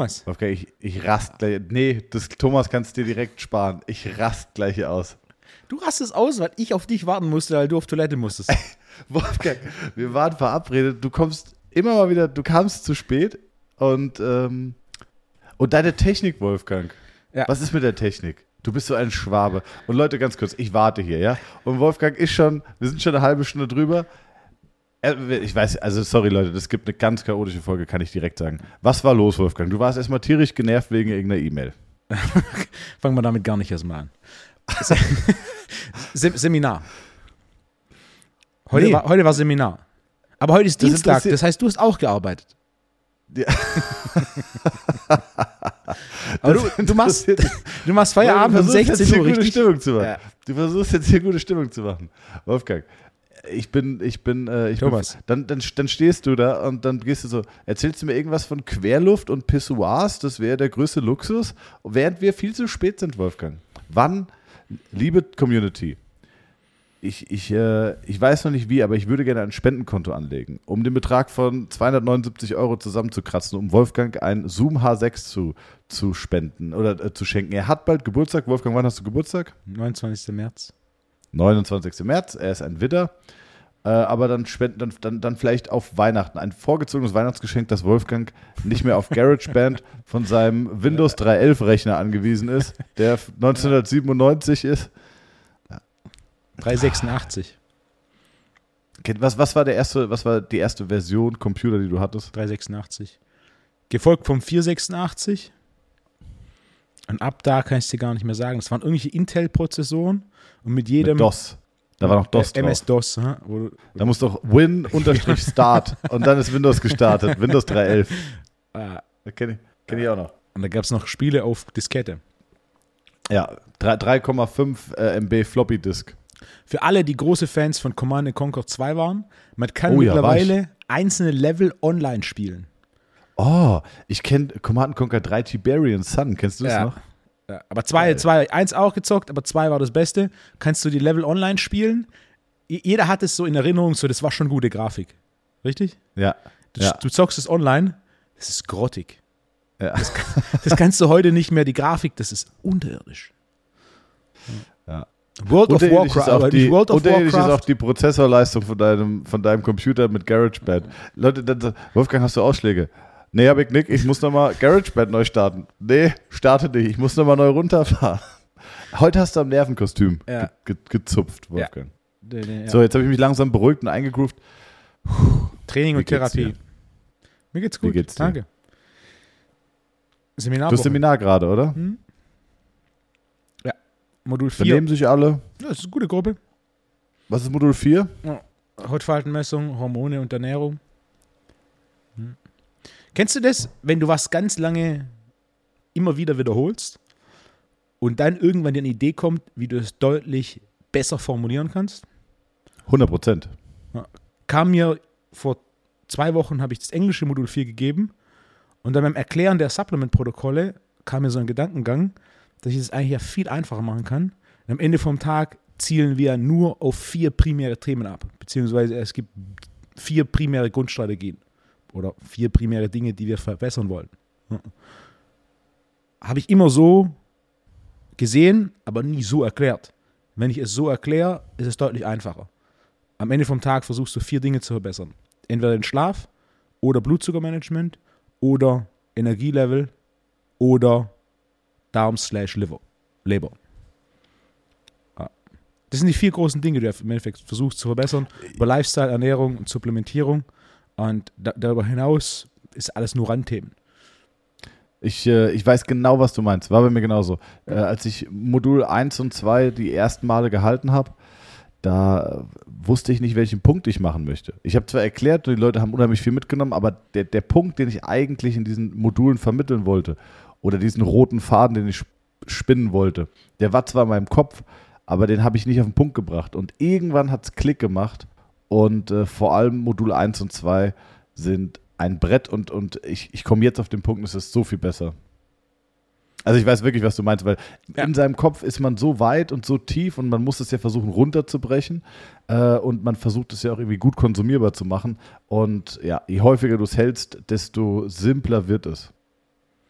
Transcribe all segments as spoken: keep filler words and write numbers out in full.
Thomas. Okay, ich, ich rast gleich. Nee, das Thomas kannst du dir direkt sparen. Ich rast gleich hier aus. Du rastest aus, weil ich auf dich warten musste, weil du auf Toilette musstest. Wolfgang, wir waren verabredet. Du kommst immer mal wieder, du kamst zu spät und, ähm, und deine Technik, Wolfgang. Ja. Was ist mit der Technik? Du bist so ein Schwabe. Und Leute, ganz kurz, ich warte hier, ja? Und Wolfgang ist schon, wir sind schon eine halbe Stunde drüber. Ich weiß, also sorry Leute, das gibt eine ganz chaotische Folge, kann ich direkt sagen. Was war los, Wolfgang? Du warst erstmal tierisch genervt wegen irgendeiner E-Mail. Fangen wir damit gar nicht erstmal an. Sem- Seminar. Heute, Nee. war, heute war Seminar. Aber heute ist Das Dienstag, interessiert- das heißt, du hast auch gearbeitet. Ja. Aber Das du, du, machst, interessiert- du machst Feierabend Du um versuchst jetzt sechzehn hier Uhr, gute richtig? Stimmung zu machen. Ja. Du versuchst jetzt hier gute Stimmung zu machen. Wolfgang, ich bin, ich bin, äh, ich Thomas. bin, dann, dann, dann stehst du da und dann gehst du so, erzählst du mir irgendwas von Querluft und Pissoirs, das wäre der größte Luxus, während wir viel zu spät sind, Wolfgang. Wann, liebe Community, ich, ich, äh, ich weiß noch nicht wie, aber ich würde gerne ein Spendenkonto anlegen, um den Betrag von zweihundertneunundsiebzig Euro zusammenzukratzen, um Wolfgang ein Zoom H sechs zu, zu spenden oder äh, zu schenken. Er hat bald Geburtstag. Wolfgang, wann hast du Geburtstag? neunundzwanzigsten März. neunundzwanzigsten März, er ist ein Widder. Äh, aber dann spenden, dann, dann, dann vielleicht auf Weihnachten. Ein vorgezogenes Weihnachtsgeschenk, dass Wolfgang nicht mehr auf GarageBand von seinem Windows dreihundertelf Rechner angewiesen ist, der neunzehnhundertsiebenundneunzig ist. dreihundertsechsundachtzig. Was, was war der erste, was war die erste Version Computer, die du hattest? dreihundertsechsundachtzig. Gefolgt vom vierhundertsechsundachtzig. Und ab da kann ich es dir gar nicht mehr sagen. Das waren irgendwelche Intel-Prozessoren und mit jedem. Mit DOS. Da war noch DOS äh, drauf. M S-DOS. Huh? Wo du, Da muss doch Win-Start und dann ist Windows gestartet. Windows dreihundertelf. äh, Das kenne ich, kenn ich auch noch. und da gab es noch Spiele auf Diskette. Ja, drei Komma fünf äh, M B Floppy Disk. Für alle, die große Fans von Command and Conquer zwei waren, man kann Oh ja, mittlerweile einzelne Level online spielen. Oh, ich kenne Command and Conquer drei Tiberian Sun. Kennst du das Ja. noch? Ja, aber zwei, zwei, eins auch gezockt, aber zwei war das Beste. Kannst du die Level online spielen? J- Jeder hat es so in Erinnerung, so das war schon gute Grafik. Richtig? Ja. Du, ja. du zockst es online, das ist grottig. ja. Das kannst du heute nicht mehr, die Grafik, das ist unterirdisch. ja. World of Unterirdisch Warcraft, ist auch aber die, nicht World of unterirdisch ist auch Warcraft. die Prozessorleistung von deinem, von deinem Computer mit GarageBand. Leute, dann so, Wolfgang, hast du Ausschläge? Nee, hab ich nicht. Ich muss nochmal GarageBand neu starten. Nee, starte nicht. Ich muss nochmal neu runterfahren. Heute hast du am Nervenkostüm Ja. ge ge gezupft, Wolfgang. Ja. Ja. So, jetzt habe ich mich langsam beruhigt und eingegroovt. Training Wie und geht's Therapie. dir? Mir geht's gut. Wie geht's dir? Danke. Seminar. Du hast Seminar gerade, oder? Modul vier. Benehmen sich alle. Ja, das ist eine gute Gruppe. Was ist Modul vier? Hautfaltenmessung, Hormone und Ernährung. Hm. Kennst du das, wenn du was ganz lange immer wieder wiederholst und dann irgendwann dir eine Idee kommt, wie du es deutlich besser formulieren kannst? hundert Prozent. Kam mir vor zwei Wochen, habe ich das englische Modul vier gegeben und dann beim Erklären der Supplement-Protokolle kam mir so ein Gedankengang, dass ich es eigentlich ja viel einfacher machen kann. Und am Ende vom Tag zielen wir nur auf vier primäre Themen ab, beziehungsweise es gibt vier primäre Grundstrategien oder vier primäre Dinge, die wir verbessern wollen. Ja. Habe ich immer so gesehen, aber nie so erklärt. Wenn ich es so erkläre, ist es deutlich einfacher. Am Ende vom Tag versuchst du vier Dinge zu verbessern. Entweder den Schlaf oder Blutzuckermanagement oder Energielevel oder Darm slash Liver. Leber. Ja. Das sind die vier großen Dinge, die du im Endeffekt versuchst zu verbessern. Über Lifestyle, Ernährung und Supplementierung. Und da, darüber hinaus ist alles nur Randthemen. Ich, äh, ich weiß genau, was du meinst. War bei mir genauso. Äh, als ich Modul eins und zwei die ersten Male gehalten habe, da wusste ich nicht, welchen Punkt ich machen möchte. Ich habe zwar erklärt, die Leute haben unheimlich viel mitgenommen, aber der, der Punkt, den ich eigentlich in diesen Modulen vermitteln wollte, oder diesen roten Faden, den ich spinnen wollte, der war zwar in meinem Kopf, aber den habe ich nicht auf den Punkt gebracht. Und irgendwann hat es Klick gemacht und äh, vor allem Modul eins und zwei sind ein Brett und, und ich, ich komme jetzt auf den Punkt, es ist so viel besser. Also ich weiß wirklich, was du meinst, weil Ja. in seinem Kopf ist man so weit und so tief und man muss es ja versuchen runterzubrechen äh, und man versucht es ja auch irgendwie gut konsumierbar zu machen und ja, je häufiger du es hältst, desto simpler wird es.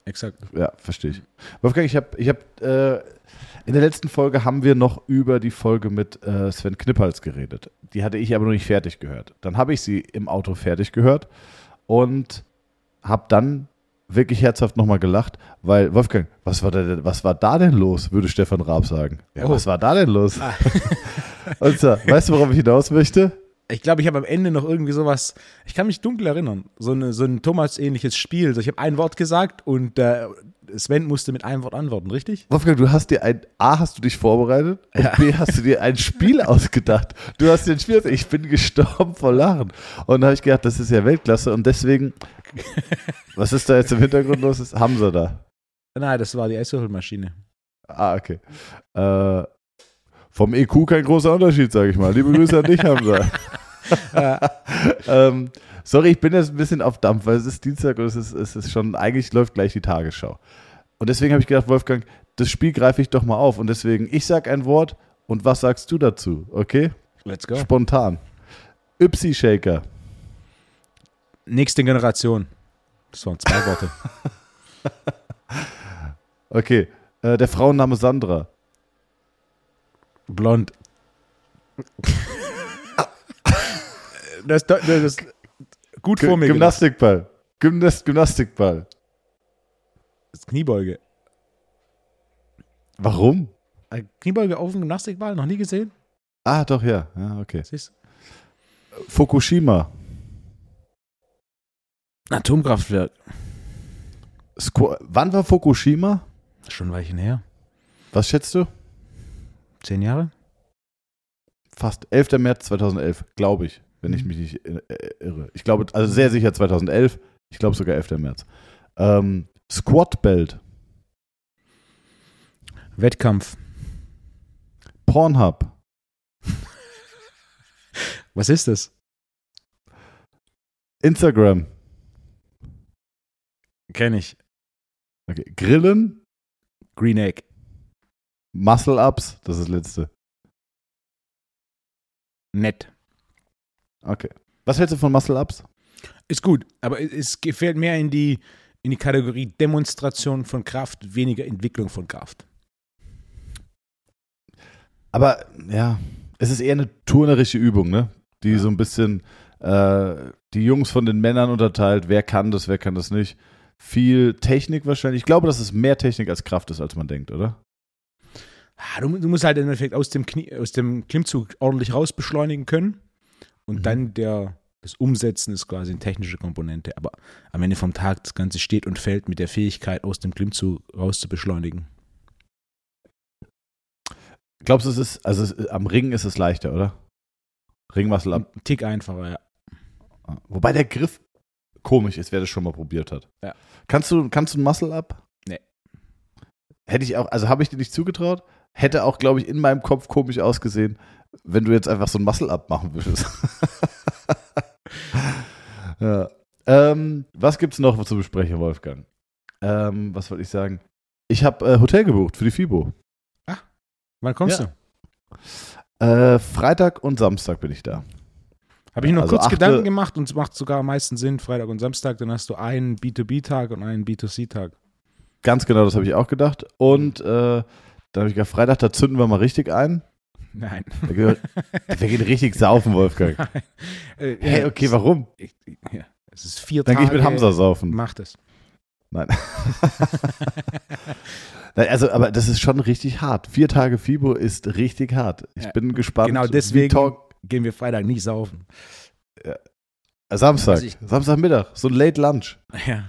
exakt. Ja, verstehe ich. Wolfgang, ich habe, ich habe, äh, in der letzten Folge haben wir noch über die Folge mit äh, Sven Knippals geredet. Die hatte ich aber noch nicht fertig gehört. Dann habe ich sie im Auto fertig gehört und habe dann wirklich herzhaft nochmal gelacht, weil, Wolfgang, was war, da, was war da denn los, würde Stefan Raab sagen. Ja, oh. Was war da denn los? Ah. Und zwar, weißt du, worauf ich hinaus möchte? Ich glaube, ich habe am Ende noch irgendwie sowas, ich kann mich dunkel erinnern, so, eine, so ein Thomas-ähnliches Spiel. Also ich habe ein Wort gesagt und äh, Sven musste mit einem Wort antworten, richtig? Wolfgang, du hast dir ein, A, hast du dich vorbereitet und ja. B, hast du dir ein Spiel ausgedacht. Du hast dir ein Spiel, ich bin gestorben vor Lachen. Und da habe ich gedacht, das ist ja Weltklasse und deswegen, was ist da jetzt im Hintergrund los? Ist Hamza da? Nein, das war die Eiswürfelmaschine. Ah, okay. Äh, vom E Q kein großer Unterschied, sage ich mal. Liebe Grüße an dich, Hamza. ähm, sorry, ich bin jetzt ein bisschen auf Dampf, weil es ist Dienstag und es ist, es ist schon, eigentlich läuft gleich die Tagesschau. Und deswegen habe ich gedacht, Wolfgang, das Spiel greife ich doch mal auf. Und deswegen, ich sage ein Wort und was sagst du dazu, okay? Let's go. Spontan. Ypsi-Shaker. Nächste Generation. Das waren zwei Worte. Okay, äh, der Frauenname Sandra. Blond. Das, das, das ist gut vor mir. Gymnastikball. Gymnast, Gymnastikball. Das ist Kniebeuge. Warum? Kniebeuge auf dem Gymnastikball? Noch nie gesehen? Ah, doch, ja. Ja, okay. Siehst? Fukushima. Atomkraftwerk. Squ- Wann war Fukushima? Schon ein Weilchen her. Was schätzt du? Zehn Jahre? Fast. elfter März zweitausendelf, glaube ich, wenn ich mich nicht irre. Ich glaube, also sehr sicher zweitausendelf. Ich glaube sogar elfter März. Ähm, Squat Belt. Wettkampf. Pornhub. Was ist das? Instagram. Kenn ich. Okay. Grillen. Green Egg. Muscle Ups, das ist das letzte. Nett. Okay. Was hältst du von Muscle Ups? Ist gut, aber es gefällt mehr in die, in die Kategorie Demonstration von Kraft, weniger Entwicklung von Kraft. Aber ja, es ist eher eine turnerische Übung, ne? Die ja. so ein bisschen äh, die Jungs von den Männern unterteilt. Wer kann das, wer kann das nicht? Viel Technik wahrscheinlich. Ich glaube, dass es mehr Technik als Kraft ist, als man denkt, oder? Du, du musst halt im Endeffekt aus dem, Knie, aus dem Klimmzug ordentlich raus beschleunigen können und mhm. dann der, das Umsetzen ist quasi eine technische Komponente. Aber am Ende vom Tag, das Ganze steht und fällt mit der Fähigkeit, aus dem Klimmzug raus zu beschleunigen. Glaubst du, es ist, also es, am Ring ist es leichter, oder? Ringmuscle Up. Ein Tick einfacher, ja. Wobei der Griff komisch ist, wer das schon mal probiert hat. Ja. Kannst du, kannst du ein Muscle Up? Nee. Hätte ich auch, also habe ich dir nicht zugetraut? Hätte auch, glaube ich, in meinem Kopf komisch ausgesehen, wenn du jetzt einfach so ein Muscle-Up machen würdest. ja. ähm, was gibt es noch zu besprechen, Wolfgang? Ähm, was wollte ich sagen? Ich habe äh, Hotel gebucht für die FIBO. Ach, wann kommst ja. du? Äh, Freitag und Samstag bin ich da. Habe ich noch also kurz achte, Gedanken gemacht und es macht sogar am meisten Sinn, Freitag und Samstag, dann hast du einen B zwei B-Tag und einen B zwei C-Tag. Ganz genau, das habe ich auch gedacht. Und äh, dann habe ich gedacht, Freitag, da zünden wir mal richtig ein. Nein. Wir gehen richtig saufen, Wolfgang. Nein. Äh, hey, okay, warum? Ich, ja, es ist vier dann Tage. Dann gehe ich mit Hamza saufen. Mach das. Nein. Nein. Also, aber das ist schon richtig hart. Vier Tage FIBO ist richtig hart. Ich ja, bin gespannt. Genau deswegen gehen wir Freitag nicht saufen. Ja. Samstag. Also ich, Samstagmittag. So ein Late Lunch. Ja.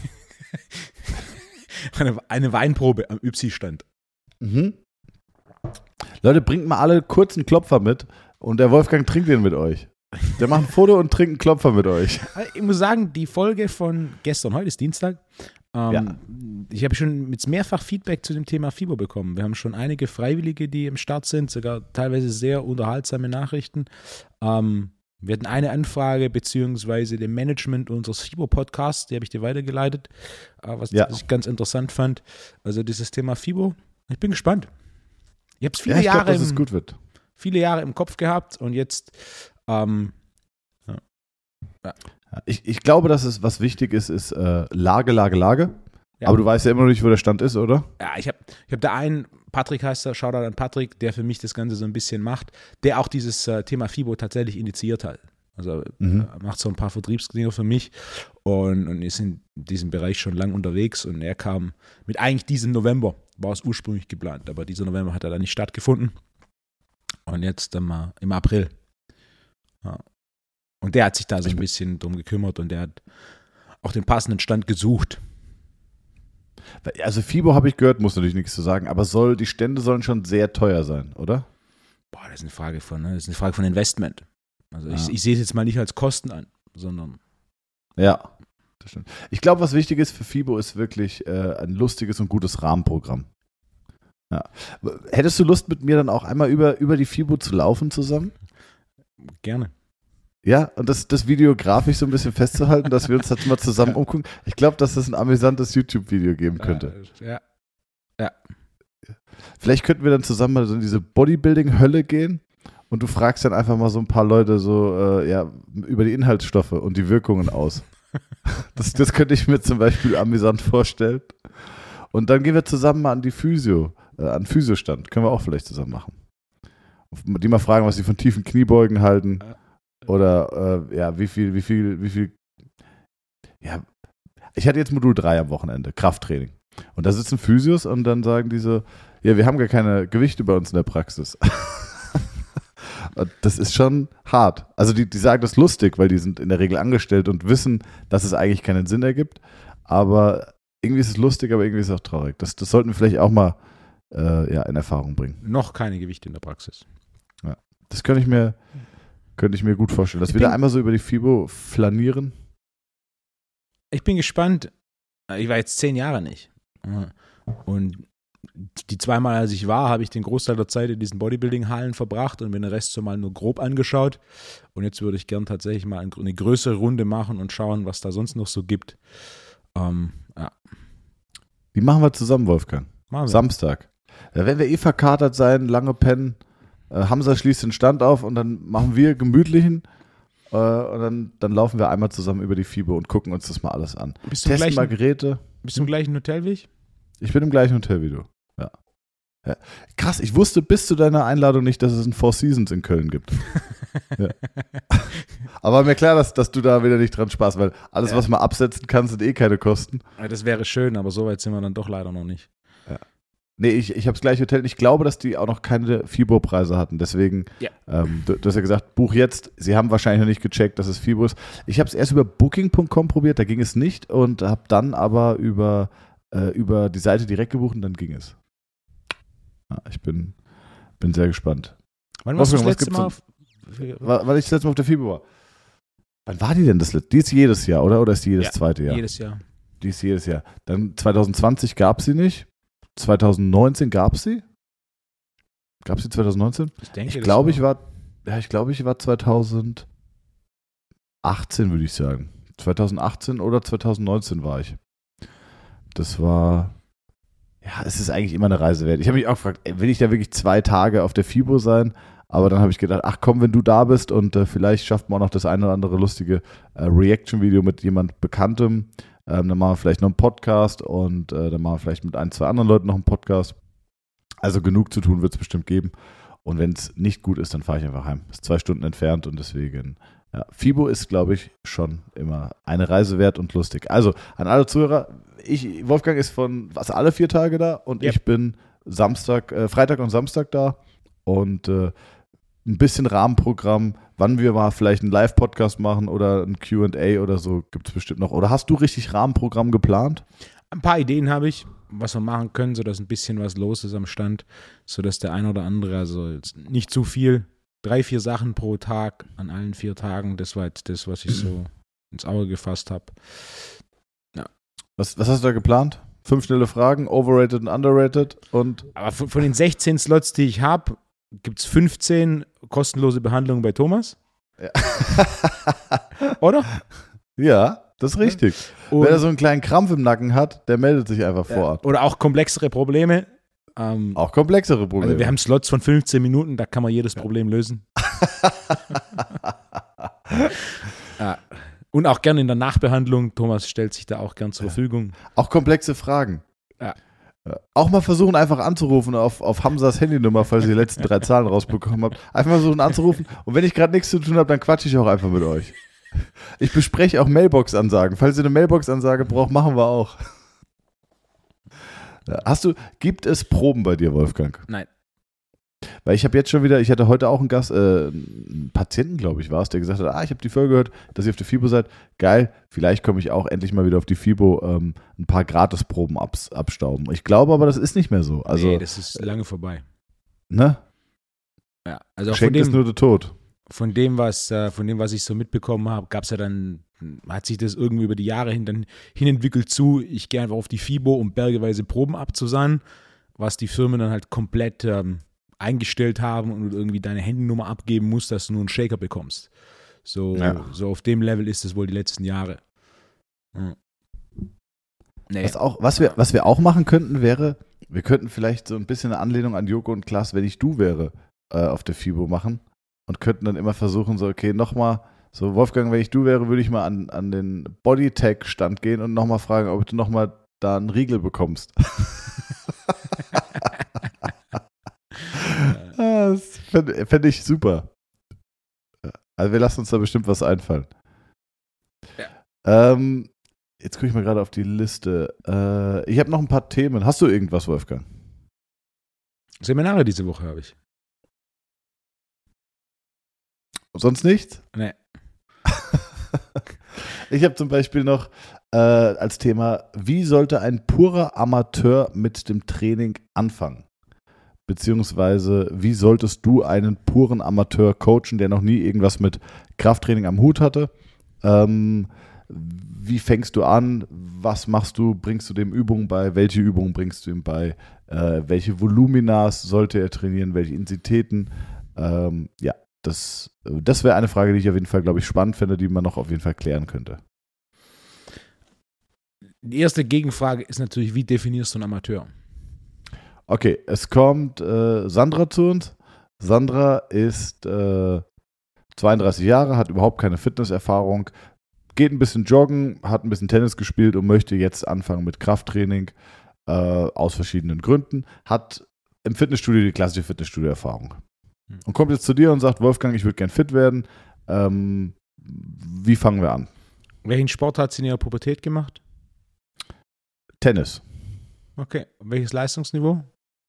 eine, eine Weinprobe am Ypsi-Stand. Mhm. Leute, bringt mal alle kurzen Klopfer mit und der Wolfgang trinkt den mit euch. Der macht ein Foto und trinkt einen Klopfer mit euch. Ich muss sagen, die Folge von gestern, heute ist Dienstag, ähm, ja. ich habe schon mit mehrfach Feedback zu dem Thema FIBO bekommen. Wir haben schon einige Freiwillige, die im Start sind, sogar teilweise sehr unterhaltsame Nachrichten. Ähm, wir hatten eine Anfrage beziehungsweise dem Management unseres FIBO-Podcasts, die habe ich dir weitergeleitet, äh, was, ja. was ich ganz interessant fand. Also dieses Thema FIBO, ich bin gespannt. Ich habe es viele, ja, Jahre glaub, dass im, es gut wird. viele Jahre im Kopf gehabt und jetzt ähm, ja. Ich, ich glaube, dass es was wichtig ist, ist äh, Lage, Lage, Lage. Ja. Aber du weißt ja immer noch nicht, wo der Stand ist, oder? Ja, ich habe ich hab da einen, Patrick heißt er, Shoutout an Patrick, der für mich das Ganze so ein bisschen macht, der auch dieses äh, Thema FIBO tatsächlich initiiert hat. Also Mhm. er macht so ein paar Vertriebsdinger für mich und, und ist in diesem Bereich schon lang unterwegs und er kam mit eigentlich diesem November, war es ursprünglich geplant, aber dieser November hat er dann nicht stattgefunden und jetzt ähm, im April. Ja. Und der hat sich da so ein bisschen drum gekümmert und der hat auch den passenden Stand gesucht. Also FIBO habe ich gehört, muss natürlich nichts zu sagen, aber soll, die Stände sollen schon sehr teuer sein, oder? Boah, das ist eine Frage von, ne? Das ist eine Frage von Investment. Also Ja. ich, ich sehe es jetzt mal nicht als Kosten an, sondern Ja, das stimmt. Ich glaube, was wichtig ist für FIBO, ist wirklich äh, ein lustiges und gutes Rahmenprogramm. Ja. Hättest du Lust, mit mir dann auch einmal über, über die FIBO zu laufen zusammen? gerne. Ja, und das, das Video grafisch so ein bisschen festzuhalten, dass wir uns das mal zusammen umgucken. Ich glaube, dass das ein amüsantes YouTube-Video geben könnte. Ja, Vielleicht könnten wir dann zusammen mal so in diese Bodybuilding-Hölle gehen und du fragst dann einfach mal so ein paar Leute so äh, ja, über die Inhaltsstoffe und die Wirkungen aus. Das, das könnte ich mir zum Beispiel amüsant vorstellen. Und dann gehen wir zusammen mal an die Physio, äh, an Physiostand. Können wir auch vielleicht zusammen machen. Die mal fragen, was sie von tiefen Kniebeugen halten. Oder äh, ja, wie viel, wie viel, wie viel. Ja, ich hatte jetzt Modul drei am Wochenende, Krafttraining. Und da sitzen Physios und dann sagen die so, ja, wir haben gar keine Gewichte bei uns in der Praxis. Und das ist schon hart. Also die, die sagen das lustig, weil die sind in der Regel angestellt und wissen, dass es eigentlich keinen Sinn ergibt. Aber irgendwie ist es lustig, aber irgendwie ist es auch traurig. Das, das sollten wir vielleicht auch mal äh, ja, in Erfahrung bringen. Noch keine Gewichte in der Praxis. Ja. Das könnte ich mir, könnte ich mir gut vorstellen. Dass Ich wir da bin- einmal so über die FIBO flanieren. Ich bin gespannt. Ich war jetzt zehn Jahre nicht. Und die zweimal, als ich war, habe ich den Großteil der Zeit in diesen Bodybuilding-Hallen verbracht und mir den Rest so mal nur grob angeschaut. Und jetzt würde ich gern tatsächlich mal eine größere Runde machen und schauen, was da sonst noch so gibt. Ähm, ja, Die machen wir zusammen, Wolfgang. machen wir. Samstag. Da werden wir eh verkatert sein, lange pennen. Äh, Hamza schließt den Stand auf und dann machen wir gemütlichen. Äh, und dann, dann laufen wir einmal zusammen über die FIBO und gucken uns das mal alles an. Bist du, im Testen mal gleichen, Geräte. bist du im gleichen Hotel wie ich? Ich bin im gleichen Hotel wie du. Ja. Ja. Krass, ich wusste bis zu deiner Einladung nicht, dass es ein Four Seasons in Köln gibt. Ja. Aber mir klar, dass, dass du da wieder nicht dran sparst, weil alles, Ja. was man absetzen kann, sind eh keine Kosten. Ja, das wäre schön, aber so weit sind wir dann doch leider noch nicht. Nee, ich, ich habe das gleiche Hotel. Ich glaube, dass die auch noch keine FIBO-Preise hatten. Deswegen, Ja. ähm, du, du hast ja gesagt, buch jetzt. Sie haben wahrscheinlich noch nicht gecheckt, dass es FIBO ist. Ich habe es erst über booking punkt com probiert, da ging es nicht. Und habe dann aber über, äh, über die Seite direkt gebucht und dann ging es. Ja, ich bin, bin sehr gespannt. Wann warst du das Was letzte gibt's Mal denn? auf, für, War, weil ich das letzte Mal auf der FIBO war. Wann war die denn das letzte? Die ist jedes Jahr, oder? Oder ist die jedes Ja, zweite Jahr? jedes Jahr? Die ist jedes Jahr. Dann zwanzig zwanzig gab es sie nicht. zwanzig neunzehn gab es sie. Gab es sie zwanzig neunzehn? Ich denke, Ich das glaube, ich war, ja, ich glaube, ich war zwanzig achtzehn, würde ich sagen. zwanzig achtzehn oder zwanzig neunzehn war ich. Das war, ja, es ist eigentlich immer eine Reise wert. Ich habe mich auch gefragt, ey, will ich da wirklich zwei Tage auf der FIBO sein? Aber dann habe ich gedacht, ach komm, wenn du da bist und äh, vielleicht schafft man auch noch das eine oder andere lustige äh, Reaction-Video mit jemand Bekanntem. Ähm, dann machen wir vielleicht noch einen Podcast und äh, dann machen wir vielleicht mit ein, zwei anderen Leuten noch einen Podcast. Also genug zu tun wird es bestimmt geben. Und wenn es nicht gut ist, dann fahre ich einfach heim. Ist zwei Stunden entfernt und deswegen, ja, FIBO ist, glaube ich, schon immer eine Reise wert und lustig. Also an alle Zuhörer, ich, Wolfgang ist von, was, alle vier Tage da und Yep. ich bin Samstag, äh, Freitag und Samstag da und äh, ein bisschen Rahmenprogramm, wann wir mal vielleicht einen Live-Podcast machen oder ein Q und A oder so, gibt es bestimmt noch. Oder hast du richtig Rahmenprogramm geplant? Ein paar Ideen habe ich, was wir machen können, sodass ein bisschen was los ist am Stand, sodass der ein oder andere, also jetzt nicht zu viel, drei, vier Sachen pro Tag an allen vier Tagen, das war jetzt das, was ich so ins Auge gefasst habe. Was, was hast du da geplant? Fünf schnelle Fragen, overrated und underrated und Aber von, von den sechzehn Slots, die ich habe, gibt es fünfzehn kostenlose Behandlungen bei Thomas. Ja. Oder? ja, das ist richtig. Und, Wenn er so einen kleinen Krampf im Nacken hat, der meldet sich einfach vor Ort. oder auch komplexere Probleme. Ähm, Auch komplexere Probleme. also wir haben Slots von fünfzehn Minuten, da kann man jedes Problem lösen. ja. Und auch gerne in der Nachbehandlung. Thomas stellt sich da auch gern zur Ja. Verfügung. Auch komplexe Fragen. Ja. Ja. Auch mal versuchen, einfach anzurufen auf, auf Hamzas Handynummer, falls ihr die letzten drei Zahlen rausbekommen habt. Einfach mal versuchen anzurufen. Und wenn ich gerade nichts zu tun habe, dann quatsche ich auch einfach mit euch. Ich bespreche auch Mailbox-Ansagen. Falls ihr eine Mailbox-Ansage braucht, machen wir auch. Ja. Hast du, gibt es Proben bei dir, Wolfgang? Nein. Weil ich habe jetzt schon wieder, ich hatte heute auch einen Gast, äh, einen Patienten, glaube ich, war es, der gesagt hat, ah, ich habe die Folge gehört, dass ihr auf der FIBO seid. Geil, vielleicht komme ich auch endlich mal wieder auf die FIBO ähm, ein paar Gratisproben abs, abstauben. Ich glaube aber, das ist nicht mehr so. Also, nee, das ist lange vorbei. Ne? Ja, also auch von Schenkt ist dem, nur der Tod. von dem, was, äh, von dem, was ich so mitbekommen habe, gab es ja dann, hat sich das irgendwie über die Jahre hin dann hinentwickelt zu, ich gehe einfach auf die FIBO, um bergeweise Proben abzusahen, was die Firmen dann halt komplett ähm, eingestellt haben und du irgendwie deine Handynummer abgeben musst, dass du nur einen Shaker bekommst. So, Ja. so auf dem Level ist es wohl die letzten Jahre. Ja. Nee. Was, auch, was, wir, was wir auch machen könnten, wäre, wir könnten vielleicht so ein bisschen eine Anlehnung an Joko und Klaas, wenn ich du wäre, äh, auf der FIBO machen und könnten dann immer versuchen, so, okay, nochmal, so Wolfgang, wenn ich du wäre, würde ich mal an, an den Bodytech-Stand gehen und nochmal fragen, ob du nochmal da einen Riegel bekommst. Ah, das fände fänd ich super. Also wir lassen uns da bestimmt was einfallen. Ja. Ähm, jetzt gucke ich mal gerade auf die Liste. Äh, ich habe noch ein paar Themen. Hast du irgendwas, Wolfgang? Seminare diese Woche habe ich. Sonst nichts? Nee. Ich habe zum Beispiel noch äh, als Thema, wie sollte ein purer Amateur mit dem Training anfangen? Beziehungsweise, wie solltest du einen puren Amateur coachen, der noch nie irgendwas mit Krafttraining am Hut hatte? Ähm, wie fängst du an? Was machst du? Bringst du dem Übungen bei? Welche Übungen bringst du ihm bei? Äh, welche Voluminas sollte er trainieren? Welche Intensitäten? Ähm, ja, das, das wäre eine Frage, die ich auf jeden Fall, glaube ich, spannend finde, die man noch auf jeden Fall klären könnte. Die erste Gegenfrage ist natürlich, wie definierst du einen Amateur? Okay, es kommt äh, Sandra zu uns. Sandra ist äh, zweiunddreißig Jahre, hat überhaupt keine Fitnesserfahrung, geht ein bisschen joggen, hat ein bisschen Tennis gespielt und möchte jetzt anfangen mit Krafttraining äh, aus verschiedenen Gründen, hat im Fitnessstudio die klassische Fitnessstudio-Erfahrung. Und kommt jetzt zu dir und sagt, Wolfgang, ich würde gern fit werden. Ähm, wie fangen wir an? Welchen Sport hat sie in ihrer Pubertät gemacht? Tennis. Okay. Welches Leistungsniveau?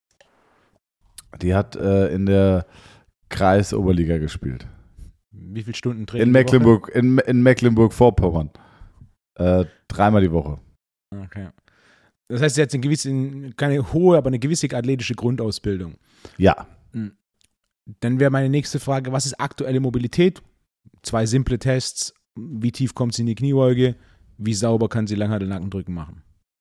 Die hat äh, in der Kreisoberliga gespielt. Wie viele Stunden Training? In Mecklenburg, in, in Mecklenburg-Vorpommern. Äh, dreimal die Woche. Okay. Das heißt, sie hat eine gewisse, keine hohe, aber eine gewisse athletische Grundausbildung. Ja. Dann wäre meine nächste Frage, was ist aktuelle Mobilität? Zwei simple Tests. Wie tief kommt sie in die Kniebeuge? Wie sauber kann sie Langhantel-Nackendrücken machen?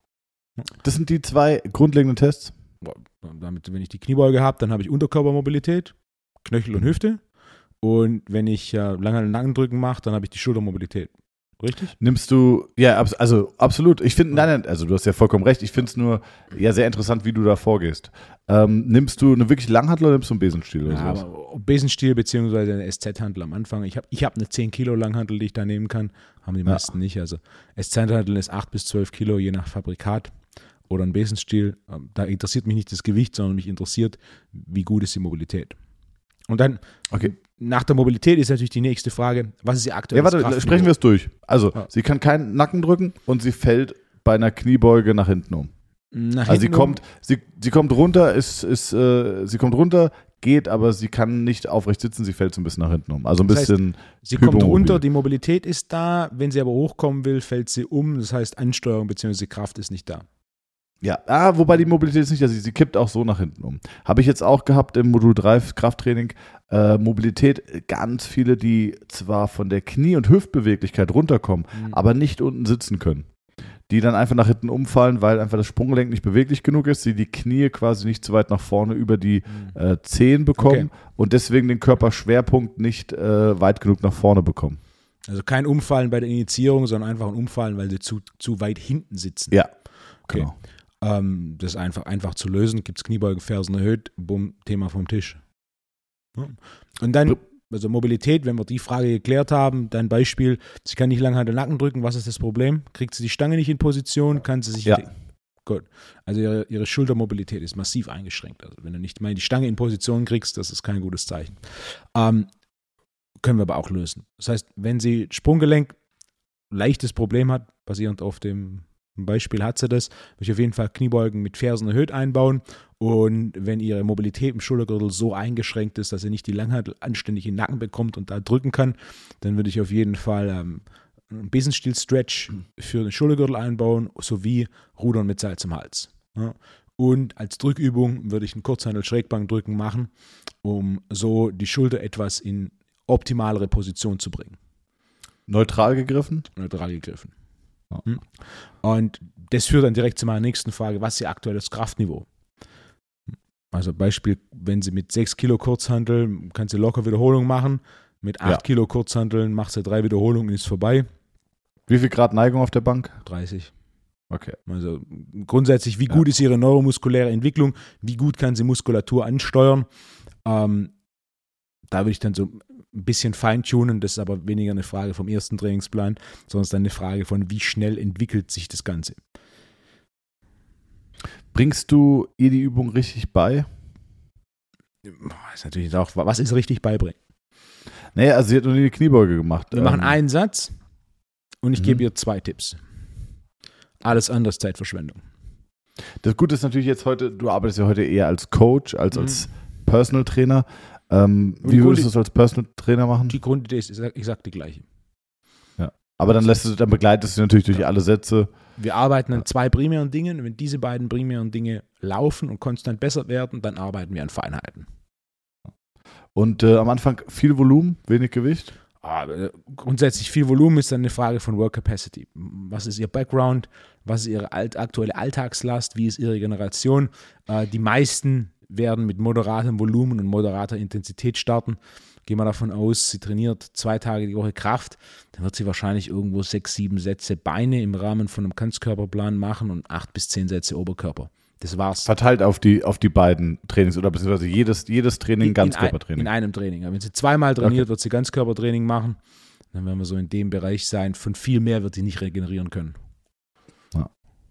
Das sind die zwei grundlegenden Tests. Damit, wenn ich die Kniebeuge habe, dann habe ich Unterkörpermobilität, Knöchel und Hüfte. Und wenn ich äh, Langhantel-Nackendrücken mache, dann habe ich die Schultermobilität. Richtig? Nimmst du, ja, abs- also absolut. Ich finde, nein, nein, also du hast ja vollkommen recht. Ich finde es nur ja sehr interessant, wie du da vorgehst. Ähm, nimmst du eine wirklich Langhantel oder nimmst du einen Besenstiel oder Ja, sowas? aber Besenstiel beziehungsweise eine S Z-Hantel am Anfang. Ich habe ich hab eine zehn Kilo Langhantel, die ich da nehmen kann. Haben die Ja. meisten nicht. Also S Z-Hantel ist acht bis zwölf Kilo, je nach Fabrikat. Oder ein Besenstiel. Ähm, Da interessiert mich nicht das Gewicht, sondern mich interessiert, wie gut ist die Mobilität. Und dann, Okay. nach der Mobilität ist natürlich die nächste Frage, was ist ihr aktuelles Ja, warte, Kraftniveau? sprechen wir es durch. Also, Ja. sie kann keinen Nacken drücken und sie fällt bei einer Kniebeuge nach hinten um. Nach Also sie hinten um- kommt, sie, sie kommt runter, ist, ist, äh, sie kommt runter, geht, aber sie kann nicht aufrecht sitzen, sie fällt so ein bisschen nach hinten um. Also ein Das heißt, bisschen Sie kommt hypermobil. runter, die Mobilität ist da. Wenn sie aber hochkommen will, fällt sie um. Das heißt, Ansteuerung bzw. Kraft ist nicht da. Ja, ah, wobei die Mobilität ist nicht, also sie kippt auch so nach hinten um. Habe ich jetzt auch gehabt im Modul drei Krafttraining. Äh, Mobilität, ganz viele, die zwar von der Knie- und Hüftbeweglichkeit runterkommen, Mhm. aber nicht unten sitzen können. Die dann einfach nach hinten umfallen, weil einfach das Sprunggelenk nicht beweglich genug ist, sie die Knie quasi nicht zu weit nach vorne über die Mhm. äh, Zehen bekommen Okay. und deswegen den Körperschwerpunkt nicht äh, weit genug nach vorne bekommen. Also kein Umfallen bei der Initiierung, sondern einfach ein Umfallen, weil sie zu, zu weit hinten sitzen. Ja, Okay. genau. Ähm, das ist einfach, einfach zu lösen. Gibt es Kniebeugen, Fersen erhöht, bumm, Thema vom Tisch. Ja. Und dann, also Mobilität, wenn wir die Frage geklärt haben, dein Beispiel, sie kann nicht lange an den Nacken drücken, was ist das Problem? Kriegt sie die Stange nicht in Position, kann sie sich... Ja. Die, gut, also ihre, ihre Schultermobilität ist massiv eingeschränkt. Also wenn du nicht mal die Stange in Position kriegst, das ist kein gutes Zeichen. Ähm, können wir aber auch lösen. Das heißt, wenn sie Sprunggelenk leichtes Problem hat, basierend auf dem Beispiel hat sie das, würde ich auf jeden Fall Kniebeugen mit Fersen erhöht einbauen. Und wenn ihre Mobilität im Schultergürtel so eingeschränkt ist, dass sie nicht die Langhantel anständig in den Nacken bekommt und da drücken kann, dann würde ich auf jeden Fall ähm, einen Besenstiel-Stretch für den Schultergürtel einbauen, sowie Rudern mit Seil zum Hals. Ja. Und als Drückübung würde ich einen Kurzhantel-Schrägbankdrücken machen, um so die Schulter etwas in optimalere Position zu bringen. Neutral gegriffen? Neutral gegriffen. Ja. Und das führt dann direkt zu meiner nächsten Frage, was ist Ihr aktuelles Kraftniveau? Also Beispiel, wenn sie mit sechs Kilo Kurzhanteln, kann sie locker Wiederholung machen, mit acht Ja. Kilo Kurzhanteln macht sie drei Wiederholungen und ist vorbei. Wie viel Grad Neigung auf der Bank? dreißig. Okay. Also grundsätzlich, wie gut Ja. ist ihre neuromuskuläre Entwicklung, wie gut kann sie Muskulatur ansteuern. Ähm, da würde ich dann so ein bisschen feintunen, das ist aber weniger eine Frage vom ersten Trainingsplan, sondern es ist dann eine Frage von, wie schnell entwickelt sich das Ganze. Bringst du ihr die Übung richtig bei? Das ist natürlich auch, was ist richtig beibringen? Nee, also sie hat noch nie eine Kniebeuge gemacht. Wir machen Ähm, einen Satz und ich Mhm. gebe ihr zwei Tipps. Alles andere ist Zeitverschwendung. Das Gute ist natürlich jetzt heute, du arbeitest ja heute eher als Coach, als Mhm. als Personal Trainer. Ähm, Und wie die würdest du Grund- das als Personal Trainer machen? Die Grundidee ist exakt die gleiche. Aber dann lässt du, dann begleitest du natürlich durch alle Sätze. Wir arbeiten an zwei primären Dingen. Wenn diese beiden primären Dinge laufen und konstant besser werden, dann arbeiten wir an Feinheiten. Und äh, am Anfang viel Volumen, wenig Gewicht. Aber grundsätzlich viel Volumen ist dann eine Frage von Work Capacity. Was ist Ihr Background? Was ist Ihre alt, aktuelle Alltagslast? Wie ist Ihre Generation? Äh, die meisten werden mit moderatem Volumen und moderater Intensität starten. Gehen wir davon aus, sie trainiert zwei Tage die Woche Kraft, dann wird sie wahrscheinlich irgendwo sechs, sieben Sätze Beine im Rahmen von einem Ganzkörperplan machen und acht bis zehn Sätze Oberkörper. Das war's. Verteilt auf die, auf die beiden Trainings oder beziehungsweise jedes, jedes Training, Ganzkörpertraining. In, ein, in einem Training. Wenn sie zweimal trainiert, okay. wird sie Ganzkörpertraining machen. Dann werden wir so in dem Bereich sein. Von viel mehr wird sie nicht regenerieren können. Ja.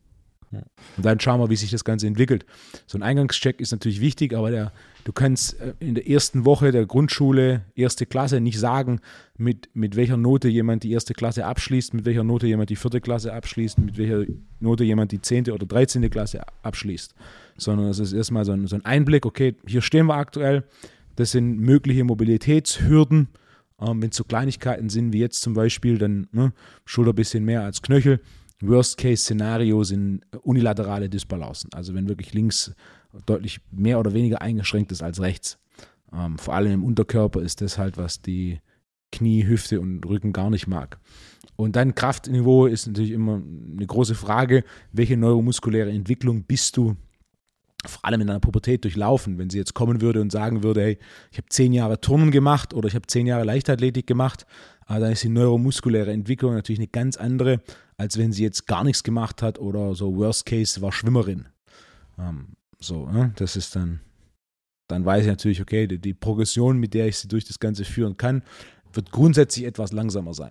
Und dann schauen wir, wie sich das Ganze entwickelt. So ein Eingangscheck ist natürlich wichtig, aber der, du kannst in der ersten Woche der Grundschule, erste Klasse, nicht sagen, mit, mit welcher Note jemand die erste Klasse abschließt, mit welcher Note jemand die vierte Klasse abschließt, mit welcher Note jemand die zehnte oder dreizehnte Klasse abschließt. Sondern es ist erstmal so ein, so ein Einblick, okay, hier stehen wir aktuell, das sind mögliche Mobilitätshürden. Ähm, wenn es so Kleinigkeiten sind wie jetzt zum Beispiel, dann ne, Schulter ein bisschen mehr als Knöchel. Worst-Case-Szenario sind unilaterale Dysbalancen, also wenn wirklich links deutlich mehr oder weniger eingeschränkt ist als rechts. Ähm, vor allem im Unterkörper ist das halt, was die Knie, Hüfte und Rücken gar nicht mag. Und dann Kraftniveau ist natürlich immer eine große Frage, welche neuromuskuläre Entwicklung bist du vor allem in einer Pubertät durchlaufen? Wenn sie jetzt kommen würde und sagen würde, hey, ich habe zehn Jahre Turnen gemacht oder ich habe zehn Jahre Leichtathletik gemacht, äh, dann ist die neuromuskuläre Entwicklung natürlich eine ganz andere, als wenn sie jetzt gar nichts gemacht hat oder so Worst Case war Schwimmerin. Ähm, so, äh, das ist dann, dann weiß ich natürlich, okay, die, die Progression, mit der ich sie durch das Ganze führen kann, wird grundsätzlich etwas langsamer sein.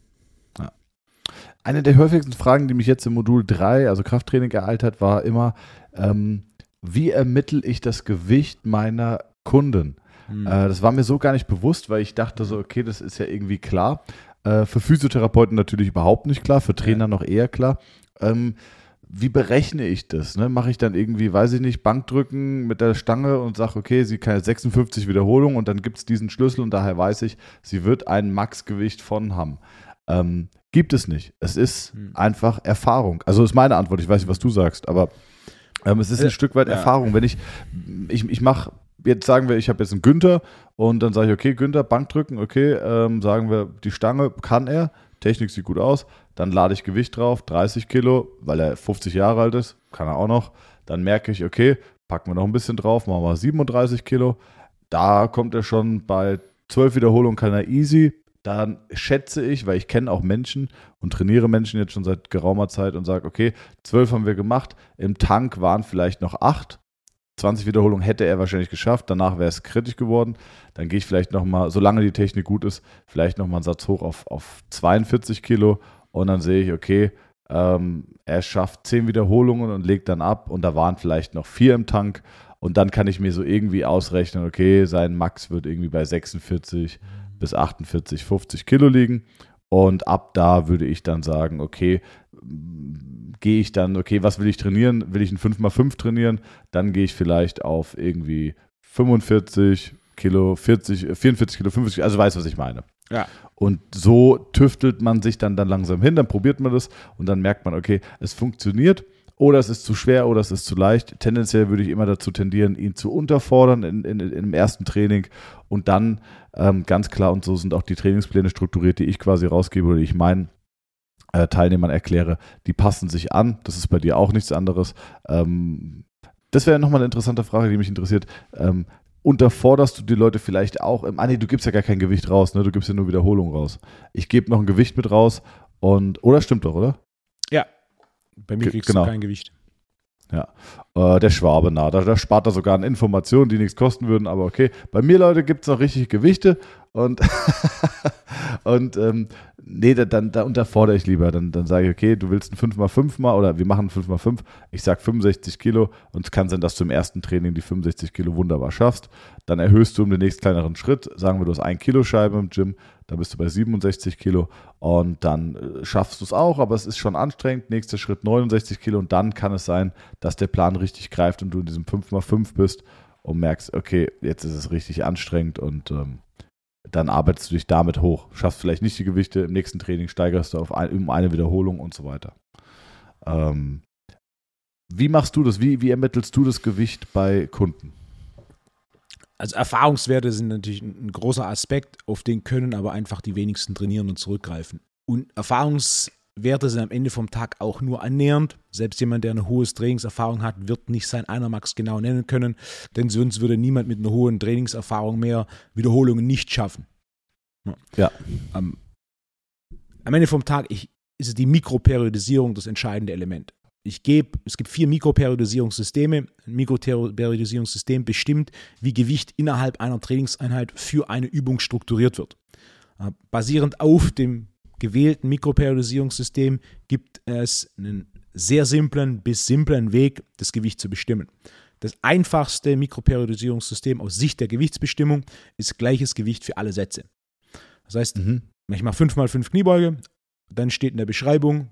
Ja. Eine der häufigsten Fragen, die mich jetzt im Modul drei, also Krafttraining, ereilt hat, war immer, ähm, wie ermittle ich das Gewicht meiner Kunden? Hm. Äh, das war mir so gar nicht bewusst, weil ich dachte so, okay, das ist ja irgendwie klar. Äh, für Physiotherapeuten natürlich überhaupt nicht klar, für Trainer ja. noch eher klar. Ähm, wie berechne ich das? Ne? Mache ich dann irgendwie, weiß ich nicht, Bankdrücken mit der Stange und sage, okay, sie kann sechsundfünfzig Wiederholungen und dann gibt es diesen Schlüssel und daher weiß ich, sie wird ein Maxgewicht von haben. Ähm, gibt es nicht. Es ist hm. einfach Erfahrung. Also ist meine Antwort, ich weiß nicht, was du sagst, aber ähm, es ist ein äh, Stück weit ja. Erfahrung. Wenn ich, ich, ich mache, jetzt sagen wir, ich habe jetzt einen Günther und dann sage ich, okay, Günther, Bankdrücken, okay, ähm, sagen wir, die Stange kann er, Technik sieht gut aus, dann lade ich Gewicht drauf, dreißig Kilo, weil er fünfzig Jahre alt ist, kann er auch noch, dann merke ich, okay, packen wir noch ein bisschen drauf, machen wir siebenunddreißig Kilo, da kommt er schon bei zwölf Wiederholungen, kann er easy, dann schätze ich, weil ich kenne auch Menschen und trainiere Menschen jetzt schon seit geraumer Zeit und sage, okay, zwölf haben wir gemacht, im Tank waren vielleicht noch acht, zwanzig Wiederholungen hätte er wahrscheinlich geschafft, danach wäre es kritisch geworden. Dann gehe ich vielleicht nochmal, solange die Technik gut ist, vielleicht nochmal einen Satz hoch auf, auf zweiundvierzig Kilo und dann sehe ich, okay, ähm, er schafft zehn Wiederholungen und legt dann ab und da waren vielleicht noch vier im Tank und dann kann ich mir so irgendwie ausrechnen, okay, sein Max wird irgendwie bei sechsundvierzig bis achtundvierzig, fünfzig Kilo liegen. Und ab da würde ich dann sagen, okay, gehe ich dann, okay, was will ich trainieren? Will ich ein fünf mal fünf trainieren? Dann gehe ich vielleicht auf irgendwie fünfundvierzig Kilo, vierzig, vierundvierzig Kilo, fünfzig, also weißt du, was ich meine. Ja. Und so tüftelt man sich dann, dann langsam hin, dann probiert man das und dann merkt man, okay, es funktioniert oder es ist zu schwer oder es ist zu leicht. Tendenziell würde ich immer dazu tendieren, ihn zu unterfordern in, in, in, im ersten Training und dann ähm, ganz klar, und so sind auch die Trainingspläne strukturiert, die ich quasi rausgebe oder die ich meinen äh, Teilnehmern erkläre, die passen sich an. Das ist bei dir auch nichts anderes. Ähm, das wäre nochmal eine interessante Frage, die mich interessiert. Ähm, unterforderst du die Leute vielleicht auch? Im, ah nee, du gibst ja gar kein Gewicht raus, ne? Du gibst ja nur Wiederholung raus. Ich gebe noch ein Gewicht mit raus und, oder stimmt doch, oder? Ja. Bei mir kriegst genau. du kein Gewicht. Ja, äh, der Schwabe, na, da, da spart er sogar an Informationen, die nichts kosten würden, aber okay. Bei mir, Leute, gibt es noch richtig Gewichte und, und ähm, nee, da, dann da unterfordere ich lieber. Dann, dann sage ich, okay, du willst ein fünf mal fünf mal oder wir machen fünf mal fünf. Ich sage fünfundsechzig Kilo und es kann sein, dass du im ersten Training die fünfundsechzig Kilo wunderbar schaffst. Dann erhöhst du um den nächsten kleineren Schritt. Sagen wir, du hast ein Kilo Scheibe im Gym, da bist du bei siebenundsechzig Kilo und dann äh, schaffst du es auch, aber es ist schon anstrengend. Nächster Schritt neunundsechzig Kilo und dann kann es sein, dass der Plan richtig greift und du in diesem fünf mal fünf bist und merkst, okay, jetzt ist es richtig anstrengend und ähm, dann arbeitest du dich damit hoch. Schaffst vielleicht nicht die Gewichte, im nächsten Training steigerst du auf ein, um eine Wiederholung und so weiter. Ähm, wie machst du das? Wie, wie ermittelst du das Gewicht bei Kunden? Also Erfahrungswerte sind natürlich ein großer Aspekt, auf den können aber einfach die wenigsten trainieren und zurückgreifen. Und Erfahrungswerte sind am Ende vom Tag auch nur annähernd. Selbst jemand, der eine hohe Trainingserfahrung hat, wird nicht sein Einermax genau nennen können, denn sonst würde niemand mit einer hohen Trainingserfahrung mehr Wiederholungen nicht schaffen. Ja. ja. Ähm, am Ende vom Tag ich, ist die Mikroperiodisierung das entscheidende Element. Ich gebe, es gibt vier Mikroperiodisierungssysteme. Ein Mikroperiodisierungssystem bestimmt, wie Gewicht innerhalb einer Trainingseinheit für eine Übung strukturiert wird. Äh, basierend auf dem gewählten Mikroperiodisierungssystem gibt es einen sehr simplen bis simplen Weg, das Gewicht zu bestimmen. Das einfachste Mikroperiodisierungssystem aus Sicht der Gewichtsbestimmung ist gleiches Gewicht für alle Sätze. Das heißt, mhm. wenn ich mache fünf mal fünf Kniebeuge, dann steht in der Beschreibung,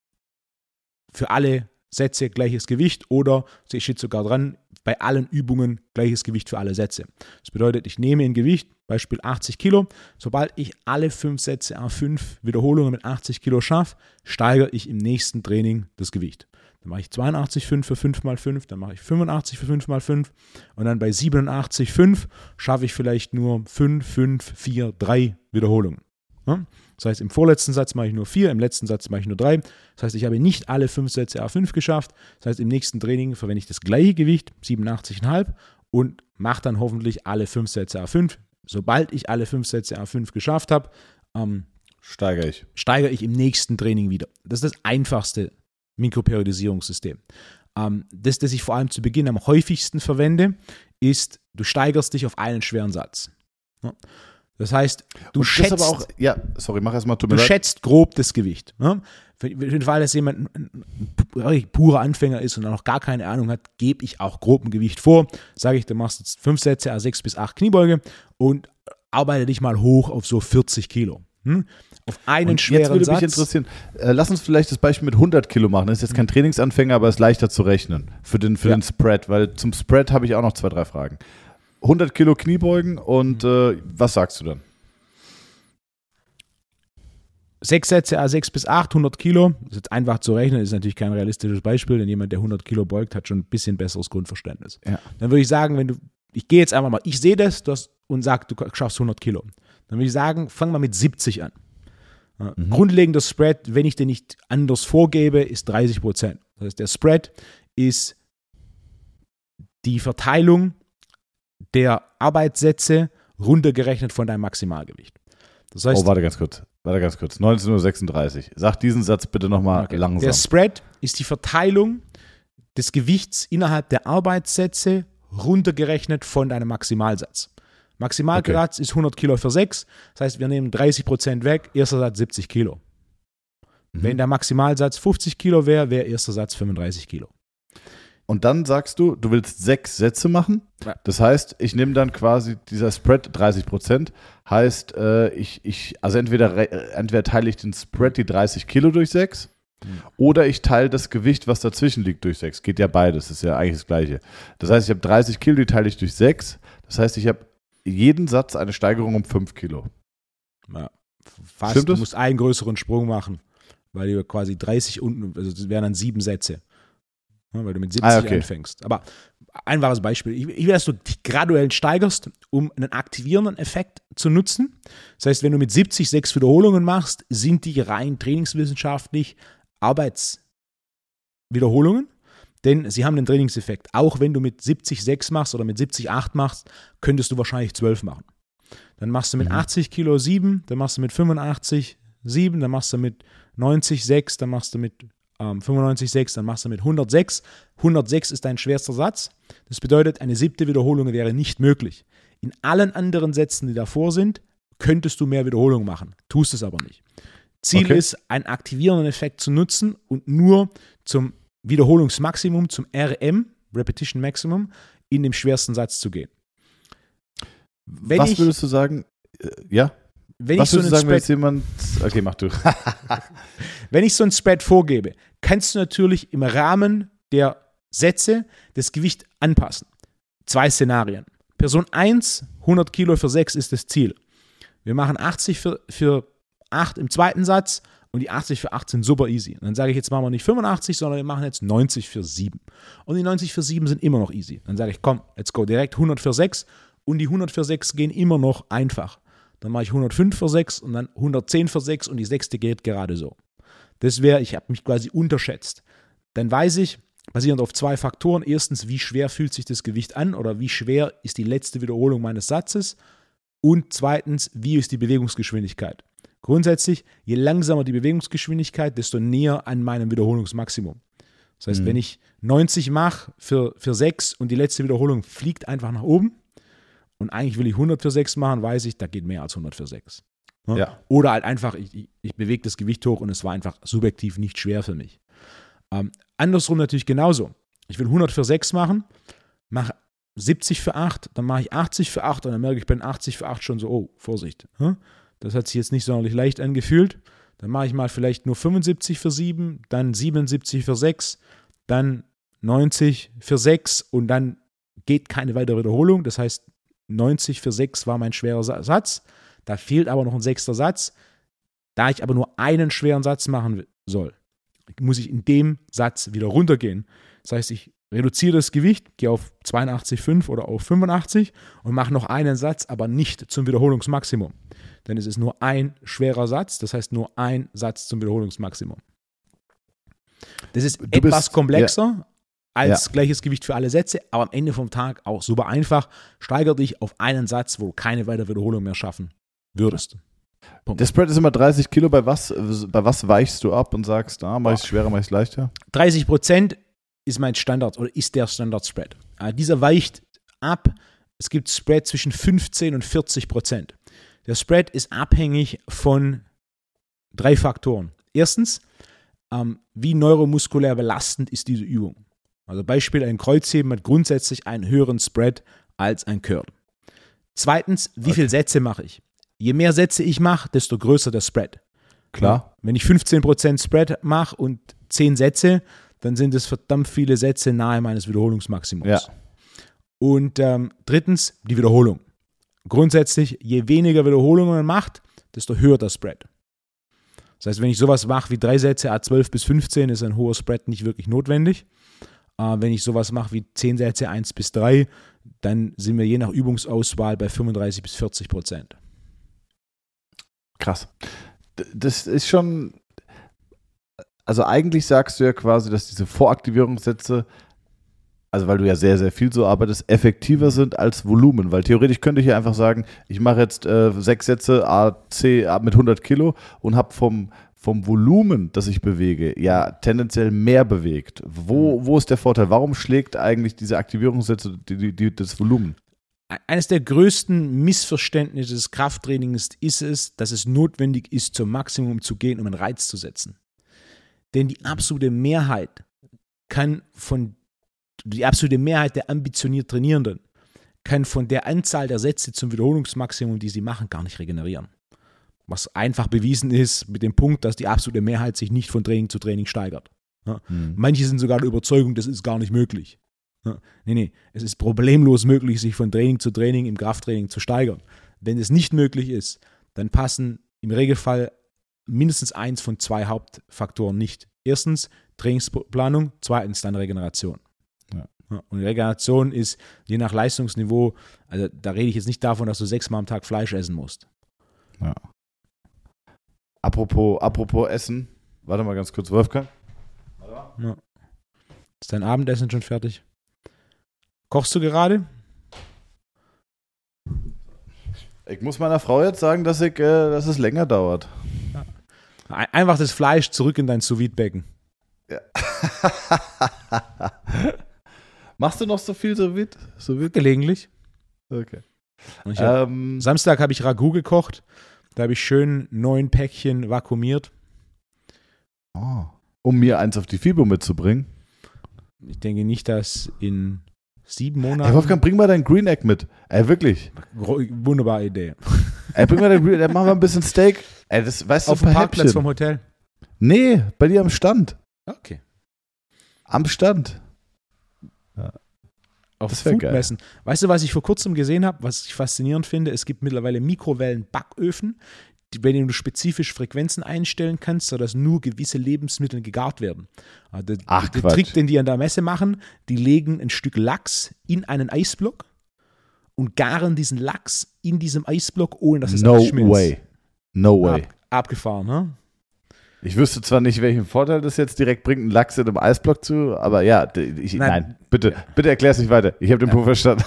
für alle Sätze gleiches Gewicht oder, es steht sogar dran, bei allen Übungen gleiches Gewicht für alle Sätze. Das bedeutet, ich nehme ein Gewicht, Beispiel achtzig Kilo, sobald ich alle fünf Sätze A fünf Wiederholungen mit achtzig Kilo schaffe, steigere ich im nächsten Training das Gewicht. Dann mache ich zweiundachtzig Komma fünf für fünf mal fünf, dann mache ich fünfundachtzig für fünf mal fünf und dann bei siebenundachtzig Komma fünf schaffe ich vielleicht nur fünf, fünf, vier, drei Wiederholungen. Ja? Das heißt, im vorletzten Satz mache ich nur vier, im letzten Satz mache ich nur drei. Das heißt, ich habe nicht alle fünf Sätze A fünf geschafft. Das heißt, im nächsten Training verwende ich das gleiche Gewicht, siebenundachtzig Komma fünf, und mache dann hoffentlich alle fünf Sätze A fünf. Sobald ich alle fünf Sätze A fünf geschafft habe, ähm, steigere ich. steigere ich im nächsten Training wieder. Das ist das einfachste Mikroperiodisierungssystem. Ähm, das, das ich vor allem zu Beginn am häufigsten verwende, ist, du steigerst dich auf einen schweren Satz. Ja. Das heißt, du und schätzt, aber auch, ja, sorry, mach erst mal, du schätzt grob das Gewicht. Ne? Für, für den Fall, dass jemand ein, ein, ein purer Anfänger ist und noch gar keine Ahnung hat, gebe ich auch grob ein Gewicht vor. Sage ich, du machst jetzt fünf Sätze, sechs bis acht Kniebeuge und arbeite dich mal hoch auf so vierzig Kilo. Hm? Auf einen und schweren jetzt würde Satz. mich interessieren, äh, lass uns vielleicht das Beispiel mit hundert Kilo machen. Das ist jetzt kein Trainingsanfänger, aber ist leichter zu rechnen für den, für ja. den Spread, weil zum Spread habe ich auch noch zwei, drei Fragen. hundert Kilo Kniebeugen und äh, was sagst du dann? Sechs Sätze, A sechs bis acht, hundert Kilo. Das ist jetzt einfach zu rechnen, ist natürlich kein realistisches Beispiel, denn jemand, der hundert Kilo beugt, hat schon ein bisschen besseres Grundverständnis. Ja. Dann würde ich sagen, wenn du, ich gehe jetzt einfach mal, ich sehe das, du hast, und sag, du schaffst hundert Kilo. Dann würde ich sagen, fang mal mit siebzig an. Mhm. Grundlegender Spread, wenn ich den nicht anders vorgebe, ist dreißig Prozent. Das heißt, der Spread ist die Verteilung der Arbeitssätze runtergerechnet von deinem Maximalgewicht. Das heißt, oh, warte ganz kurz. Warte ganz kurz. neunzehn Uhr sechsunddreißig. Sag diesen Satz bitte nochmal okay. langsam. Der Spread ist die Verteilung des Gewichts innerhalb der Arbeitssätze runtergerechnet von deinem Maximalsatz. Maximalsatz okay. ist hundert Kilo für sechs, das heißt, wir nehmen dreißig Prozent weg, erster Satz siebzig Kilo. Mhm. Wenn der Maximalsatz fünfzig Kilo wäre, wäre erster Satz fünfunddreißig Kilo. Und dann sagst du, du willst sechs Sätze machen. Ja. Das heißt, ich nehme dann quasi dieser Spread dreißig Prozent. Heißt, äh, ich, ich, also entweder, entweder teile ich den Spread, die dreißig Kilo durch sechs, mhm. oder ich teile das Gewicht, was dazwischen liegt, durch sechs. Geht ja beides, ist ja eigentlich das Gleiche. Das heißt, ich habe dreißig Kilo, die teile ich durch sechs. Das heißt, ich habe jeden Satz eine Steigerung um fünf Kilo. Ja, fast. Stimmt du das? Musst einen größeren Sprung machen, weil du quasi dreißig unten, also das wären dann sieben Sätze. Ja, weil du mit siebzig ah, okay. anfängst. Aber einfaches Beispiel. Ich, ich will, dass du dich graduell steigerst, um einen aktivierenden Effekt zu nutzen. Das heißt, wenn du mit siebzig sechs Wiederholungen machst, sind die rein trainingswissenschaftlich Arbeitswiederholungen, denn sie haben einen Trainingseffekt. Auch wenn du mit siebzig sechs machst oder mit siebzig acht machst, könntest du wahrscheinlich zwölf machen. Dann machst du mit mhm. achtzig Kilo sieben, dann machst du mit fünfundachtzig sieben, dann machst du mit neunzig sechs, dann machst du mit fünfundneunzig sechs, dann machst du mit hundertsechs. hundertsechs ist dein schwerster Satz. Das bedeutet, eine siebte Wiederholung wäre nicht möglich. In allen anderen Sätzen, die davor sind, könntest du mehr Wiederholungen machen. Tust es aber nicht. Ziel okay. ist, einen aktivierenden Effekt zu nutzen und nur zum Wiederholungsmaximum, zum R M, Repetition Maximum, in dem schwersten Satz zu gehen. Wenn Was ich, würdest du sagen? Äh, ja? Wenn Was ich so würdest du sagen, Spread, wenn jetzt jemand... Okay, mach du. Wenn ich so ein Spread vorgebe, kannst du natürlich im Rahmen der Sätze das Gewicht anpassen. Zwei Szenarien. Person eins, hundert Kilo für sechs ist das Ziel. Wir machen achtzig für, für acht im zweiten Satz und die achtzig für acht sind super easy. Und dann sage ich, jetzt machen wir nicht fünfundachtzig, sondern wir machen jetzt neunzig für sieben. Und die neunzig für sieben sind immer noch easy. Dann sage ich, komm, let's go, direkt hundert für sechs und die hundert für sechs gehen immer noch einfach. Dann mache ich hundertfünf für sechs und dann hundertzehn für sechs und die sechste geht gerade so. Das wäre, ich habe mich quasi unterschätzt. Dann weiß ich, basierend auf zwei Faktoren, erstens, wie schwer fühlt sich das Gewicht an oder wie schwer ist die letzte Wiederholung meines Satzes und zweitens, wie ist die Bewegungsgeschwindigkeit. Grundsätzlich, je langsamer die Bewegungsgeschwindigkeit, desto näher an meinem Wiederholungsmaximum. Das heißt, mhm. wenn ich neunzig mache für, für sechs und die letzte Wiederholung fliegt einfach nach oben, und eigentlich will ich hundert für sechs machen, weiß ich, da geht mehr als hundert für sechs. Ja? Ja. Oder halt einfach, ich, ich, ich bewege das Gewicht hoch und es war einfach subjektiv nicht schwer für mich. Ähm, andersrum natürlich genauso. Ich will hundert für sechs machen, mache siebzig für acht, dann mache ich achtzig für acht und dann merke ich bei achtzig für acht schon so, oh, Vorsicht. Ja? Das hat sich jetzt nicht sonderlich leicht angefühlt. Dann mache ich mal vielleicht nur fünfundsiebzig für sieben, dann siebenundsiebzig für sechs, dann neunzig für sechs und dann geht keine weitere Wiederholung. Das heißt, neunzig für sechs war mein schwerer Satz. Da fehlt aber noch ein sechster Satz. Da ich aber nur einen schweren Satz machen soll, muss ich in dem Satz wieder runtergehen. Das heißt, ich reduziere das Gewicht, gehe auf zweiundachtzig Komma fünf oder auf fünfundachtzig und mache noch einen Satz, aber nicht zum Wiederholungsmaximum. Denn es ist nur ein schwerer Satz, das heißt nur ein Satz zum Wiederholungsmaximum. Das ist du etwas bist, komplexer, ja. als ja. gleiches Gewicht für alle Sätze, aber am Ende vom Tag auch super einfach. Steiger dich auf einen Satz, wo du keine weitere Wiederholung mehr schaffen würdest. Punkt. Der Spread ist immer dreißig Kilo. Bei was, bei was weichst du ab und sagst, ah, mach ich es schwerer, mach ich es leichter? dreißig Prozent ist mein Standard oder ist der Standard-Spread. Äh, dieser weicht ab. Es gibt Spread zwischen fünfzehn und vierzig Prozent. Der Spread ist abhängig von drei Faktoren. Erstens, ähm, wie neuromuskulär belastend ist diese Übung. Also Beispiel, ein Kreuzheben hat grundsätzlich einen höheren Spread als ein Curl. Zweitens, wie okay. viele Sätze mache ich? Je mehr Sätze ich mache, desto größer der Spread. Klar. Wenn ich fünfzehn Prozent Spread mache und zehn Sätze, dann sind es verdammt viele Sätze nahe meines Wiederholungsmaximums. Ja. Und ähm, drittens, die Wiederholung. Grundsätzlich, je weniger Wiederholungen man macht, desto höher der Spread. Das heißt, wenn ich sowas mache wie drei Sätze A zwölf bis fünfzehn, ist ein hoher Spread nicht wirklich notwendig. Äh, wenn ich sowas mache wie zehn Sätze eins bis drei, dann sind wir je nach Übungsauswahl bei fünfunddreißig bis vierzig Prozent. Krass. Das ist schon, also eigentlich sagst du ja quasi, dass diese Voraktivierungssätze, also weil du ja sehr, sehr viel so arbeitest, effektiver sind als Volumen. Weil theoretisch könnte ich ja einfach sagen, ich mache jetzt äh, sechs Sätze A C mit hundert Kilo und habe vom, vom Volumen, das ich bewege, ja tendenziell mehr bewegt. Wo, wo ist der Vorteil? Warum schlägt eigentlich diese Aktivierungssätze die, die, die, das Volumen? Eines der größten Missverständnisse des Krafttrainings ist es, dass es notwendig ist, zum Maximum zu gehen, um einen Reiz zu setzen. Denn die absolute Mehrheit kann von, die absolute Mehrheit der ambitioniert Trainierenden kann von der Anzahl der Sätze zum Wiederholungsmaximum, die sie machen, gar nicht regenerieren. Was einfach bewiesen ist mit dem Punkt, dass die absolute Mehrheit sich nicht von Training zu Training steigert. Ja. Hm. Manche sind sogar der Überzeugung, das ist gar nicht möglich. Ja. Nee, nee, es ist problemlos möglich, sich von Training zu Training im Krafttraining zu steigern. Wenn es nicht möglich ist, dann passen im Regelfall mindestens eins von zwei Hauptfaktoren nicht. Erstens Trainingsplanung, zweitens dann Regeneration. Ja. Ja. Und Regeneration ist je nach Leistungsniveau, also da rede ich jetzt nicht davon, dass du sechsmal am Tag Fleisch essen musst. Ja. Apropos, apropos Essen, warte mal ganz kurz, Wolfgang. Warte mal. Ja. Ist dein Abendessen schon fertig? Kochst du gerade? Ich muss meiner Frau jetzt sagen, dass, ich, äh, dass es länger dauert. Ja. Einfach das Fleisch zurück in dein Sous-Vide-Becken. Ja. Machst du noch so viel Sous-Vide? Sous-Vide? Gelegentlich. Okay. Und ich hab, ähm, Samstag habe ich Ragout gekocht. Da habe ich schön neun Päckchen vakuumiert. Oh. Um mir eins auf die Fibo mitzubringen? Ich denke nicht, dass in sieben Monaten... Hey Wolfgang, bring mal dein Green Egg mit. Ey, wirklich. Wunderbare Idee. Ey, bring mal dein Green Egg, dann machen wir ein bisschen Steak. Ey, das weißt du, auf dem Parkplatz Häppchen. Vom Hotel? Nee, bei dir am Stand. Okay. Am Stand. Ja. Auf Foodmessen. Weißt du, was ich vor kurzem gesehen habe, was ich faszinierend finde? Es gibt mittlerweile Mikrowellen-Backöfen, bei denen du spezifisch Frequenzen einstellen kannst, sodass nur gewisse Lebensmittel gegart werden. Der, Ach, der Trick, den die an der Messe machen, die legen ein Stück Lachs in einen Eisblock und garen diesen Lachs in diesem Eisblock, ohne dass es no abschmilzt. No way. No way. Ab, abgefahren, ne? Ich wüsste zwar nicht, welchen Vorteil das jetzt direkt bringt, einen Lachs in einem Eisblock zu, aber ja, ich, nein, nein, bitte, bitte erklär es nicht weiter. Ich habe den ja. Punkt verstanden.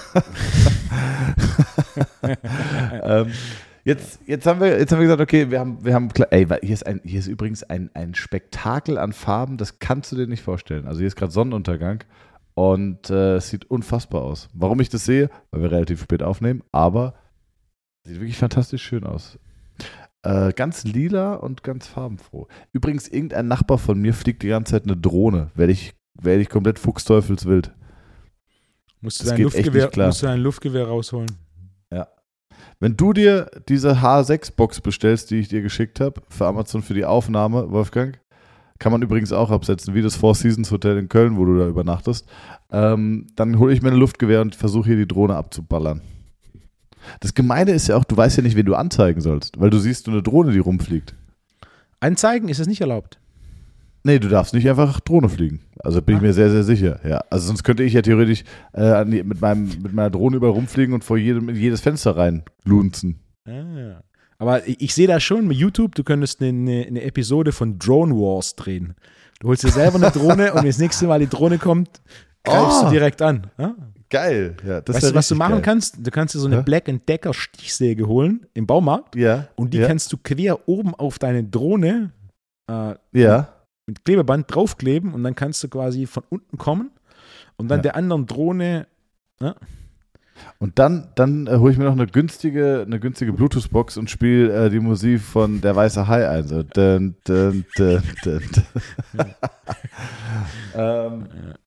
ähm, jetzt, jetzt, haben wir, jetzt haben wir gesagt, okay, wir haben, wir haben, ey, hier ist, ein, hier ist übrigens ein, ein Spektakel an Farben, das kannst du dir nicht vorstellen. Also hier ist gerade Sonnenuntergang und äh, es sieht unfassbar aus. Warum ich das sehe? Weil wir relativ spät aufnehmen, aber es sieht wirklich fantastisch schön aus. Äh, ganz lila und ganz farbenfroh. Übrigens, irgendein Nachbar von mir fliegt die ganze Zeit eine Drohne. Werde ich, werde ich komplett fuchsteufelswild. Musst du, dein Luftgewehr, musst du dein Luftgewehr rausholen. Ja. Wenn du dir diese H sechs Box bestellst, die ich dir geschickt habe, für Amazon für die Aufnahme, Wolfgang, kann man übrigens auch absetzen, wie das Four Seasons Hotel in Köln, wo du da übernachtest, ähm, dann hole ich mir ein Luftgewehr und versuche hier die Drohne abzuballern. Das Gemeine ist ja auch, du weißt ja nicht, wen du anzeigen sollst, weil du siehst nur eine Drohne, die rumfliegt. Anzeigen ist es nicht erlaubt? Nee, du darfst nicht einfach Drohne fliegen. Also bin ah. ich mir sehr, sehr sicher. Ja, also sonst könnte ich ja theoretisch äh, mit, meinem, mit meiner Drohne überall rumfliegen und vor jedem, in jedes Fenster rein lunzen. Ah. Aber ich, ich sehe da schon bei YouTube, du könntest eine, eine Episode von Drone Wars drehen. Du holst dir selber eine Drohne und wenn das nächste Mal die Drohne kommt, greifst oh. du direkt an. Ja? Geil, ja. Das weißt du, was du machen geil. kannst? Du kannst dir so eine ja? Black and Decker Stichsäge holen im Baumarkt ja. und die ja. kannst du quer oben auf deine Drohne äh, ja. mit Klebeband draufkleben und dann kannst du quasi von unten kommen und dann ja. der anderen Drohne. Ja. Und dann, dann äh, hole ich mir noch eine günstige, eine günstige Bluetooth-Box und spiele äh, die Musik von Der Weiße Hai ein. So. Dun, dun, dun, dun, dun. ähm, ja.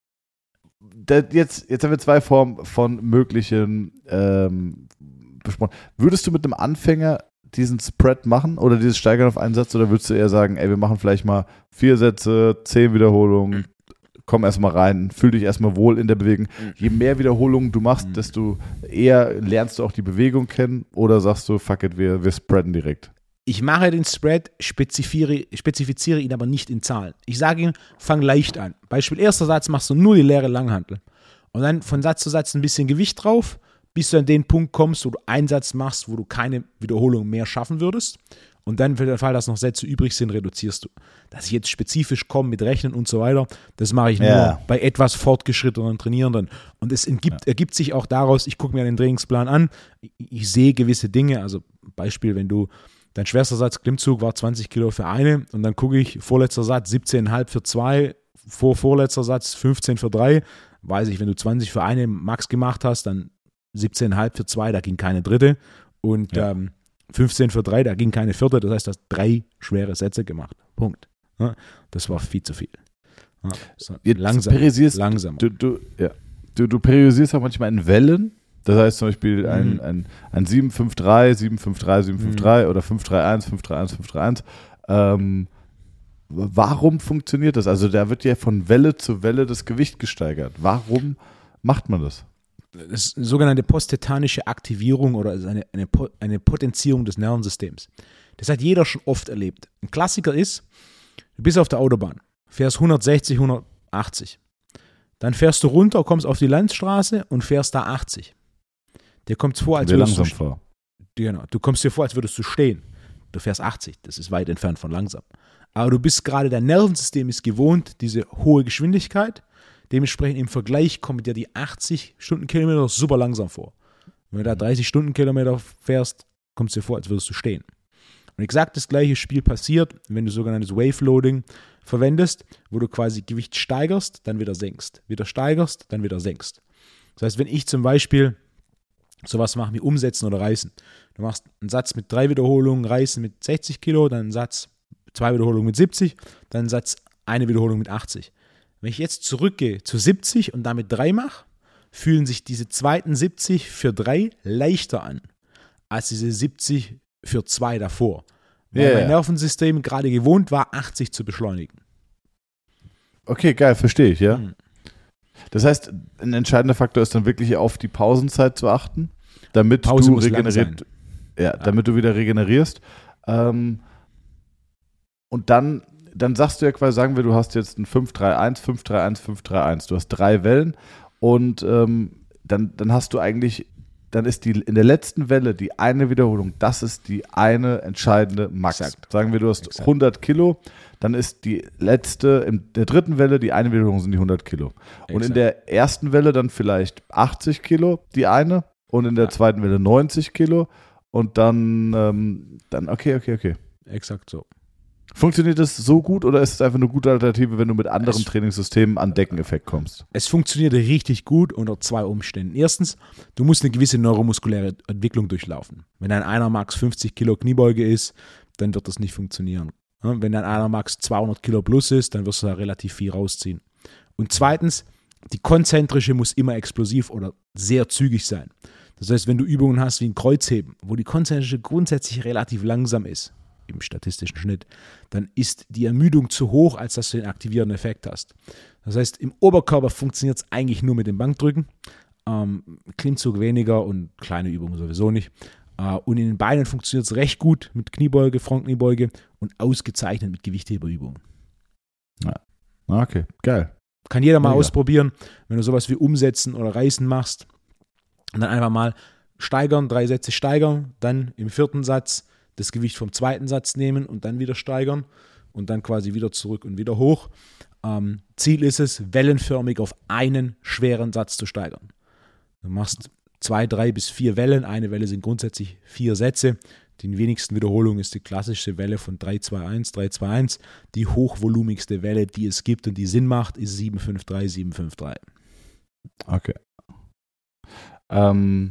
Jetzt, jetzt haben wir zwei Formen von möglichen ähm, besprochen. Würdest du mit einem Anfänger diesen Spread machen oder dieses Steigern auf einen Satz oder würdest du eher sagen, ey, wir machen vielleicht mal vier Sätze, zehn Wiederholungen, komm erstmal rein, fühl dich erstmal wohl in der Bewegung. Je mehr Wiederholungen du machst, desto eher lernst du auch die Bewegung kennen oder sagst du, fuck it, wir, wir spreaden direkt? Ich mache den Spread, spezifiziere, spezifiziere ihn aber nicht in Zahlen. Ich sage ihm, fang leicht an. Beispiel, erster Satz machst du nur die leere Langhantel. Und dann von Satz zu Satz ein bisschen Gewicht drauf, bis du an den Punkt kommst, wo du einen Satz machst, wo du keine Wiederholung mehr schaffen würdest. Und dann für den Fall, dass noch Sätze übrig sind, reduzierst du. Dass ich jetzt spezifisch komme mit Rechnen und so weiter, das mache ich nur ja. bei etwas fortgeschrittenen Trainierenden. Und es entgibt, ja. ergibt sich auch daraus, ich gucke mir den Trainingsplan an, ich, ich sehe gewisse Dinge, also Beispiel, wenn du dein schwerster Satz Klimmzug war zwanzig Kilo für eine und dann gucke ich, vorletzter Satz siebzehn Komma fünf für zwei, vor vorletzter Satz fünfzehn für drei, weiß ich, wenn du zwanzig für eine Max gemacht hast, dann siebzehn Komma fünf für zwei, da ging keine dritte und ja. ähm, fünfzehn für drei, da ging keine vierte, das heißt, du hast drei schwere Sätze gemacht. Punkt. Ja, das war viel zu viel. Ja, so langsam, langsam. Du, du, ja. du, du priorisierst auch manchmal in Wellen. Das heißt zum Beispiel ein, mhm. ein, ein sieben fünf drei, sieben fünf drei, sieben fünf drei mhm. oder fünf drei eins, fünf drei eins, fünf drei eins. Ähm, warum funktioniert das? Also da wird ja von Welle zu Welle das Gewicht gesteigert. Warum macht man das? Das ist eine sogenannte posttetanische Aktivierung oder eine, eine, eine Potenzierung des Nervensystems. Das hat jeder schon oft erlebt. Ein Klassiker ist, du bist auf der Autobahn, fährst hundertsechzig, hundertachtzig. Dann fährst du runter, kommst auf die Landstraße und fährst da achtzig. Dir kommt es vor, als würdest langsam du vor. Genau, du kommst dir vor, als würdest du stehen. Du fährst achtzig, das ist weit entfernt von langsam. Aber du bist gerade, dein Nervensystem ist gewohnt, diese hohe Geschwindigkeit. Dementsprechend im Vergleich kommen dir die achtzig Stundenkilometer super langsam vor. Wenn du da dreißig Stundenkilometer fährst, kommt es dir vor, als würdest du stehen. Und exakt das gleiche Spiel passiert, wenn du sogenanntes Wave-Loading verwendest, wo du quasi Gewicht steigerst, dann wieder senkst. Wieder steigerst, dann wieder senkst. Das heißt, wenn ich zum Beispiel sowas mache wie Umsetzen oder Reißen. Du machst einen Satz mit drei Wiederholungen, Reißen mit sechzig Kilo, dann einen Satz, zwei Wiederholungen mit siebzig, dann einen Satz, eine Wiederholung mit achtzig. Wenn ich jetzt zurückgehe zu siebzig und damit drei mache, fühlen sich diese zweiten siebzig für drei leichter an, als diese siebzig für zwei davor. Weil ja, mein ja. Nervensystem gerade gewohnt war, achtzig zu beschleunigen. Okay, geil, verstehe ich, ja. Hm. Das heißt, ein entscheidender Faktor ist dann wirklich auf die Pausenzeit zu achten, damit Pause du muss lang regeneriert, sein. ja, Ja. damit du wieder regenerierst. Ähm, und dann, dann sagst du ja quasi, sagen wir, du hast jetzt ein fünf drei eins, fünf drei eins, fünf drei eins. Du hast drei Wellen und ähm, dann, dann hast du eigentlich, dann ist die in der letzten Welle die eine Wiederholung, das ist die eine entscheidende Max. Exakt. Sagen wir, du hast Exakt. hundert Kilo, dann ist die letzte, in der dritten Welle, die eine Wiederholung sind die hundert Kilo. Und in Exakt. der ersten Welle dann vielleicht achtzig Kilo, die eine, und in der Ja. zweiten Welle neunzig Kilo und dann, ähm, dann okay, okay, okay. Exakt so. Funktioniert das so gut oder ist es einfach eine gute Alternative, wenn du mit anderen Es- Trainingssystemen an Deckeneffekt kommst? Es funktioniert richtig gut unter zwei Umständen. Erstens, du musst eine gewisse neuromuskuläre Entwicklung durchlaufen. Wenn dein einer Max fünfzig Kilo Kniebeuge ist, dann wird das nicht funktionieren. Ja, wenn dein einer Max zweihundert Kilo plus ist, dann wirst du da relativ viel rausziehen. Und zweitens, die konzentrische muss immer explosiv oder sehr zügig sein. Das heißt, wenn du Übungen hast wie ein Kreuzheben, wo die konzentrische grundsätzlich relativ langsam ist, im statistischen Schnitt, dann ist die Ermüdung zu hoch, als dass du den aktivierenden Effekt hast. Das heißt, im Oberkörper funktioniert es eigentlich nur mit dem Bankdrücken, ähm, Klimmzug weniger und kleine Übungen sowieso nicht. Äh, und in den Beinen funktioniert es recht gut mit Kniebeuge, Frontkniebeuge und ausgezeichnet mit Gewichtheberübungen. Okay, geil. Kann jeder mal Mega. ausprobieren, wenn du sowas wie Umsetzen oder Reißen machst und dann einfach mal steigern, drei Sätze steigern, dann im vierten Satz das Gewicht vom zweiten Satz nehmen und dann wieder steigern und dann quasi wieder zurück und wieder hoch. Ähm, Ziel ist es, wellenförmig auf einen schweren Satz zu steigern. Du machst zwei, drei bis vier Wellen. Eine Welle sind grundsätzlich vier Sätze. Die wenigsten Wiederholungen ist die klassische Welle von drei zwei eins, drei zwei eins. Die hochvolumigste Welle, die es gibt und die Sinn macht, ist sieben fünf drei, sieben fünf drei. Okay. Ähm,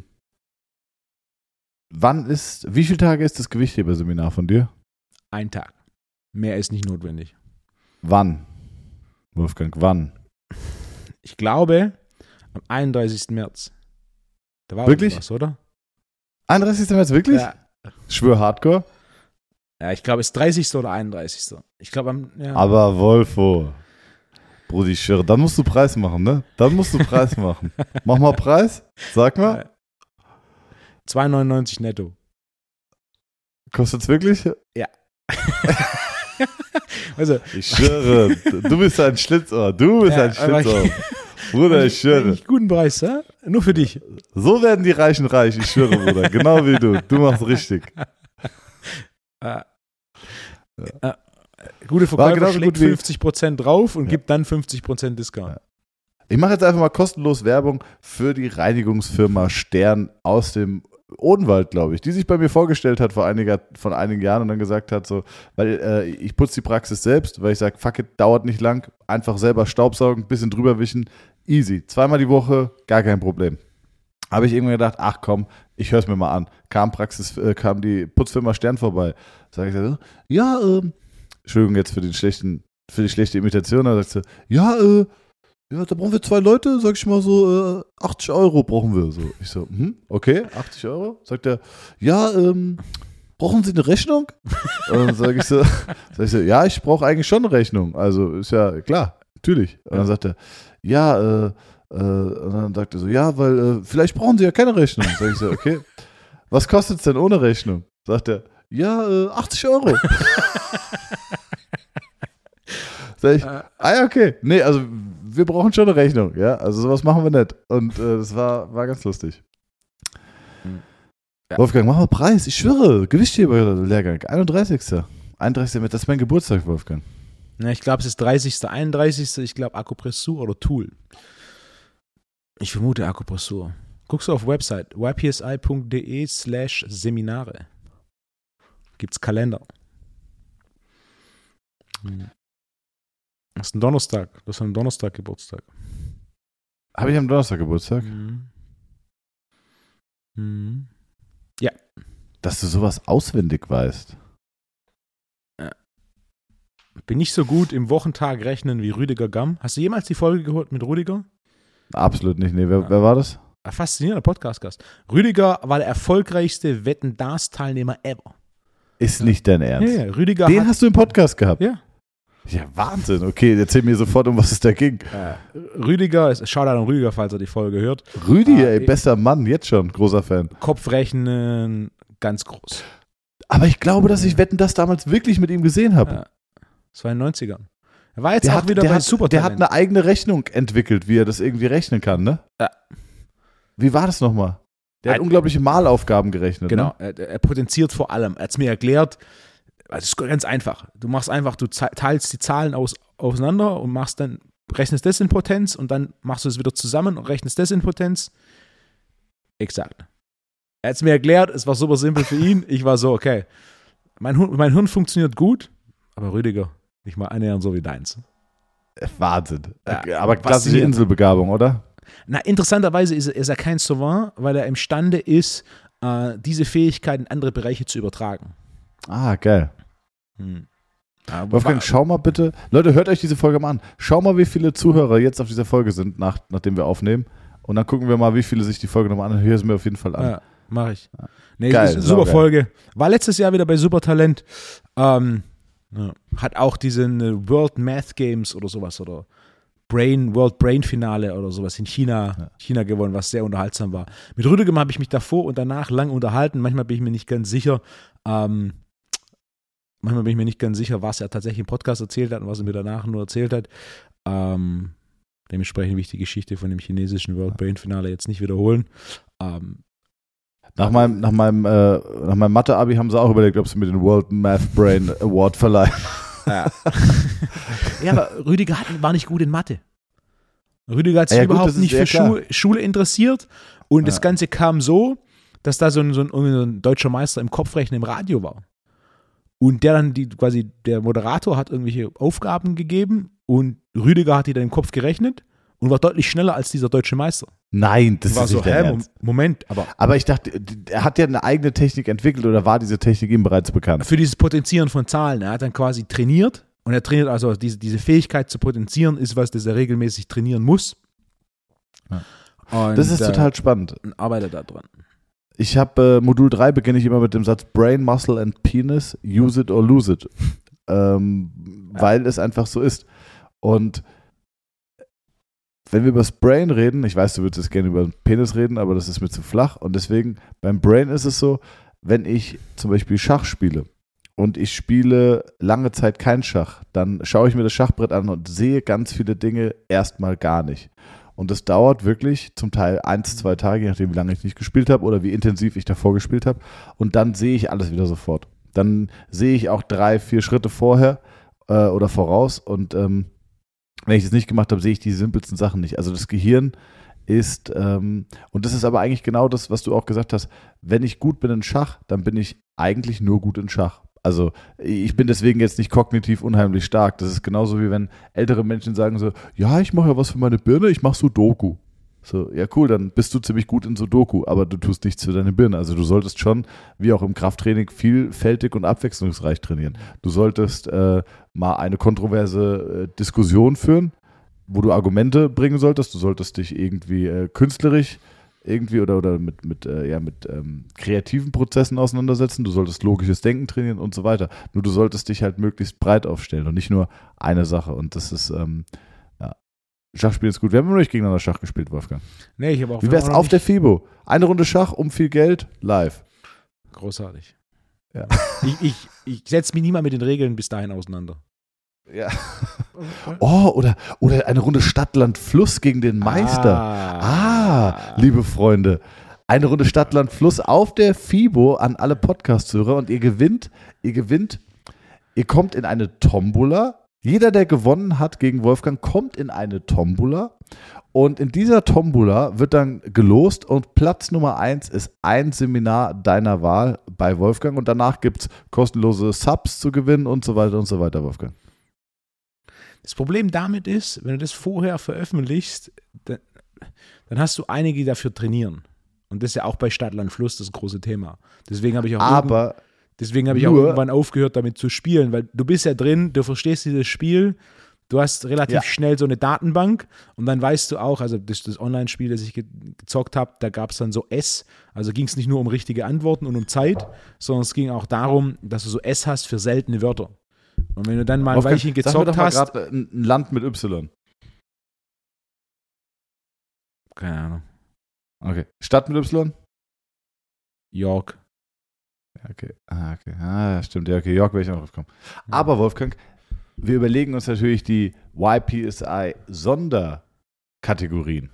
wann ist, wie viele Tage ist das Gewichtheberseminar von dir? Ein Tag. Mehr ist nicht notwendig. Wann? Wolfgang, wann? Ich glaube, am einunddreißigsten März. Da war Wirklich? was, oder? einunddreißigsten März, wirklich? Ja. Schwör Hardcore? Ja, ich glaube, es ist dreißigsten oder einunddreißigsten Ich glaube, am. Ja. Aber Wolfo, Brudi, ich schwöre, dann musst du Preis machen, ne? Dann musst du Preis machen. Mach mal Preis, sag mal. zwei neunundneunzig netto. Kostet's wirklich? Ja. Also, Ich schwöre, du bist ein Schlitzohr, du bist Ja, ein Schlitzohr. aber Bruder, ich schwöre. eigentlich guten Preis, ja? Nur für dich. So werden die Reichen reich, ich schwöre, Bruder. Genau wie du. Du machst richtig. Äh, äh, gute War Verkäufer genauso schlägt gut wie- fünfzig Prozent drauf und Ja. gibt dann fünfzig Prozent Discount. Ja. Ich mache jetzt einfach mal kostenlos Werbung für die Reinigungsfirma Stern aus dem Odenwald, glaube ich, die sich bei mir vorgestellt hat vor einiger, von einigen Jahren und dann gesagt hat, so, weil äh, ich putze die Praxis selbst, weil ich sage, fuck it, dauert nicht lang, einfach selber Staubsaugen, bisschen drüber wischen, easy. Zweimal die Woche, gar kein Problem. Habe ich irgendwann gedacht, ach komm, ich höre es mir mal an. Kam Praxis, äh, kam die Putzfirma Stern vorbei. Sag ich so, ja, ähm, Entschuldigung jetzt für den schlechten, für die schlechte Imitation, aber sagt sie, ja, äh, ja, da brauchen wir zwei Leute, sag ich mal so, äh, achtzig Euro brauchen wir. So. Ich so, hm, okay, achtzig Euro? Sagt er, ja, ähm, brauchen Sie eine Rechnung? Und dann sage ich, so, sag ich so, ja, ich brauche eigentlich schon eine Rechnung. Also ist ja klar, natürlich. Und dann sagt er, ja, äh, äh, und dann sagt er so, ja, weil äh, vielleicht brauchen Sie ja keine Rechnung. Sag ich so, okay, was kostet es denn ohne Rechnung? Sagt er, ja, äh, achtzig Euro. Sag ich, ah ja, okay. Nee, also wir brauchen schon eine Rechnung, ja. Also sowas machen wir nicht. Und äh, das war, war ganz lustig. Ja. Wolfgang, mach mal Preis. Ich schwöre, Gewichtheber-Lehrgang, einunddreißigsten einunddreißigsten Das ist mein Geburtstag, Wolfgang. Ja, ich glaube, es ist dreißigsten einunddreißigsten Ich glaube, Akupressur oder Tool. Ich vermute Akupressur. Guckst du auf Website y p s i punkt d e slash Seminare. Gibt's Kalender. Hm. Das ist ein Donnerstag. Das ist am Donnerstag Geburtstag. Habe ich am Donnerstag Geburtstag? Mhm. Mhm. Ja. Dass du sowas auswendig weißt. Ja. Bin nicht so gut im Wochentag rechnen wie Rüdiger Gamm. Hast du jemals die Folge gehört mit Rüdiger? Absolut nicht. Nee, wer, ja. wer war das? Ein faszinierender Podcast-Gast. Rüdiger war der erfolgreichste Wetten-Das-Teilnehmer ever. Ist ja. nicht dein Ernst? Ja, ja. Rüdiger Den hat, hast du im Podcast gehabt? Ja. Ja, Wahnsinn. Okay, erzähl mir sofort, um was es da ging. Äh, Rüdiger, Shoutout an Rüdiger, falls er die Folge hört. Rüdi, äh, ey, bester Mann, jetzt schon, großer Fan. Kopfrechnen, ganz groß. Aber ich glaube, dass ich Wetten, das damals wirklich mit ihm gesehen habe. Ja. Das war in den neunzigern. Er war jetzt der auch hat, wieder der bei hat, Supertalent. Der hat eine eigene Rechnung entwickelt, wie er das irgendwie rechnen kann, ne? Ja. Wie war das nochmal? Der hat Ein, unglaubliche Malaufgaben gerechnet. Genau, ne? er, er potenziert vor allem. Er hat es mir erklärt, es ist ganz einfach. Du machst einfach, du teilst die Zahlen aus, auseinander und machst dann, rechnest das in Potenz und dann machst du es wieder zusammen und rechnest das in Potenz. Exakt. Er hat es mir erklärt, es war super simpel für ihn. Ich war so, okay, mein, mein Hirn funktioniert gut, aber Rüdiger, nicht mal annähernd so wie deins. Wahnsinn. Ja, aber klassische Inselbegabung, oder? Na, interessanterweise ist er, ist er kein Savant, weil er imstande ist, äh, diese Fähigkeit in andere Bereiche zu übertragen. Ah, geil. Hm. Wolfgang, schau mal bitte, Leute, hört euch diese Folge mal an. Schau mal, wie viele Zuhörer jetzt auf dieser Folge sind, nach, nachdem wir aufnehmen. Und dann gucken wir mal, wie viele sich die Folge nochmal anhören. Hör es mir auf jeden Fall an. Ja, mach ich. Nee, geil, ist eine super geil. Folge. War letztes Jahr wieder bei Supertalent. Ähm, ja. Hat auch diesen World Math Games oder sowas oder Brain, World Brain Finale oder sowas in China, ja. China gewonnen, was sehr unterhaltsam war. Mit Rüdiger habe ich mich davor und danach lang unterhalten. Manchmal bin ich mir nicht ganz sicher, ähm, manchmal bin ich mir nicht ganz sicher, was er tatsächlich im Podcast erzählt hat und was er mir danach nur erzählt hat. Ähm, dementsprechend will ich die Geschichte von dem chinesischen World Brain Finale jetzt nicht wiederholen. Ähm, nach meinem, nach meinem, äh, nach meinem Mathe-Abi haben sie auch überlegt, ob sie mir den World Math Brain Award verleihen. Ja. Ja, aber Rüdiger hat, war nicht gut in Mathe. Rüdiger hat sich ja, überhaupt gut, nicht für Schu- Schule interessiert und ja. Das Ganze kam so, dass da so ein, so, ein, so ein deutscher Meister im Kopfrechnen im Radio war. Und der dann, die quasi, der Moderator hat irgendwelche Aufgaben gegeben und Rüdiger hat die dann im Kopf gerechnet und war deutlich schneller als dieser deutsche Meister. Nein, das war ist so, nicht hä, Ernst. Moment, aber. Aber ich dachte, er hat ja eine eigene Technik entwickelt oder war diese Technik ihm bereits bekannt? Für dieses Potenzieren von Zahlen. Er hat dann quasi trainiert und er trainiert, also diese, diese Fähigkeit zu potenzieren, ist was, das er regelmäßig trainieren muss. Ja. Und, das ist äh, total spannend. Und arbeitet da dran. Ich habe äh, Modul drei beginne ich immer mit dem Satz Brain, Muscle and Penis, use it or lose it. Ähm, ja. Weil es einfach so ist. Und wenn wir über das Brain reden, ich weiß, du würdest jetzt gerne über den Penis reden, aber das ist mir zu flach. Und deswegen, beim Brain ist es so, wenn ich zum Beispiel Schach spiele und ich spiele lange Zeit kein Schach, dann schaue ich mir das Schachbrett an und sehe ganz viele Dinge erstmal gar nicht. Und das dauert wirklich zum Teil eins, zwei Tage, je nachdem, wie lange ich nicht gespielt habe oder wie intensiv ich davor gespielt habe. Und dann sehe ich alles wieder sofort. Dann sehe ich auch drei, vier Schritte vorher äh, oder voraus und ähm, wenn ich das nicht gemacht habe, sehe ich die simpelsten Sachen nicht. Also das Gehirn ist, ähm, und das ist aber eigentlich genau das, was du auch gesagt hast, wenn ich gut bin in Schach, dann bin ich eigentlich nur gut in Schach. Also ich bin deswegen jetzt nicht kognitiv unheimlich stark. Das ist genauso wie wenn ältere Menschen sagen so, ja, ich mache ja was für meine Birne, ich mache Sudoku. So, ja cool, dann bist du ziemlich gut in Sudoku, aber du tust nichts für deine Birne. Also du solltest schon, wie auch im Krafttraining, vielfältig und abwechslungsreich trainieren. Du solltest äh, mal eine kontroverse äh, Diskussion führen, wo du Argumente bringen solltest. Du solltest dich irgendwie äh, künstlerisch irgendwie oder, oder mit, mit, äh, ja, mit ähm, kreativen Prozessen auseinandersetzen. Du solltest logisches Denken trainieren und so weiter. Nur du solltest dich halt möglichst breit aufstellen und nicht nur eine Sache. Und das ist, ähm, ja, Schachspielen ist gut. Wir haben noch nicht gegeneinander Schach gespielt, Wolfgang. Nee, ich habe auch. Wie wär's auf der FIBO? Eine Runde Schach um viel Geld, live. Großartig. Ja. Ich, ich, ich setze mich nie mal mit den Regeln bis dahin auseinander. Ja. Oh, oder, oder eine Runde Stadt, Land, Fluss gegen den Meister. Ah, Ah, liebe Freunde. Eine Runde Stadt, Land, Fluss auf der FIBO an alle Podcast-Hörer und ihr gewinnt, ihr gewinnt, ihr kommt in eine Tombola. Jeder, der gewonnen hat gegen Wolfgang, kommt in eine Tombola und in dieser Tombola wird dann gelost und Platz Nummer eins ist ein Seminar deiner Wahl bei Wolfgang und danach gibt es kostenlose Subs zu gewinnen und so weiter und so weiter, Wolfgang. das Problem damit ist, wenn du das vorher veröffentlichst, dann, dann hast du einige, die dafür trainieren. Und das ist ja auch bei Stadt, Land, Fluss das große Thema. Deswegen habe ich auch, Aber deswegen habe ich auch nur- irgendwann aufgehört, damit zu spielen, weil du bist ja drin, du verstehst dieses Spiel, du hast relativ Ja. schnell so eine Datenbank und dann weißt du auch, also das, das Online-Spiel, das ich ge- gezockt habe, da gab es dann so S, also ging es nicht nur um richtige Antworten und um Zeit, sondern es ging auch darum, dass du so S hast für seltene Wörter. Und wenn du dann mal ein Wolfgang, Weilchen sag mir gezockt doch mal hast, grad ein ein Land mit Y. keine Ahnung, Okay. Stadt mit Y? York. Ja, okay. Ah, okay. Ah, ja, stimmt. Ja, okay. York wäre ich auch noch drauf gekommen. Aber Wolfgang, wir überlegen uns natürlich die Y P S I-Sonderkategorien.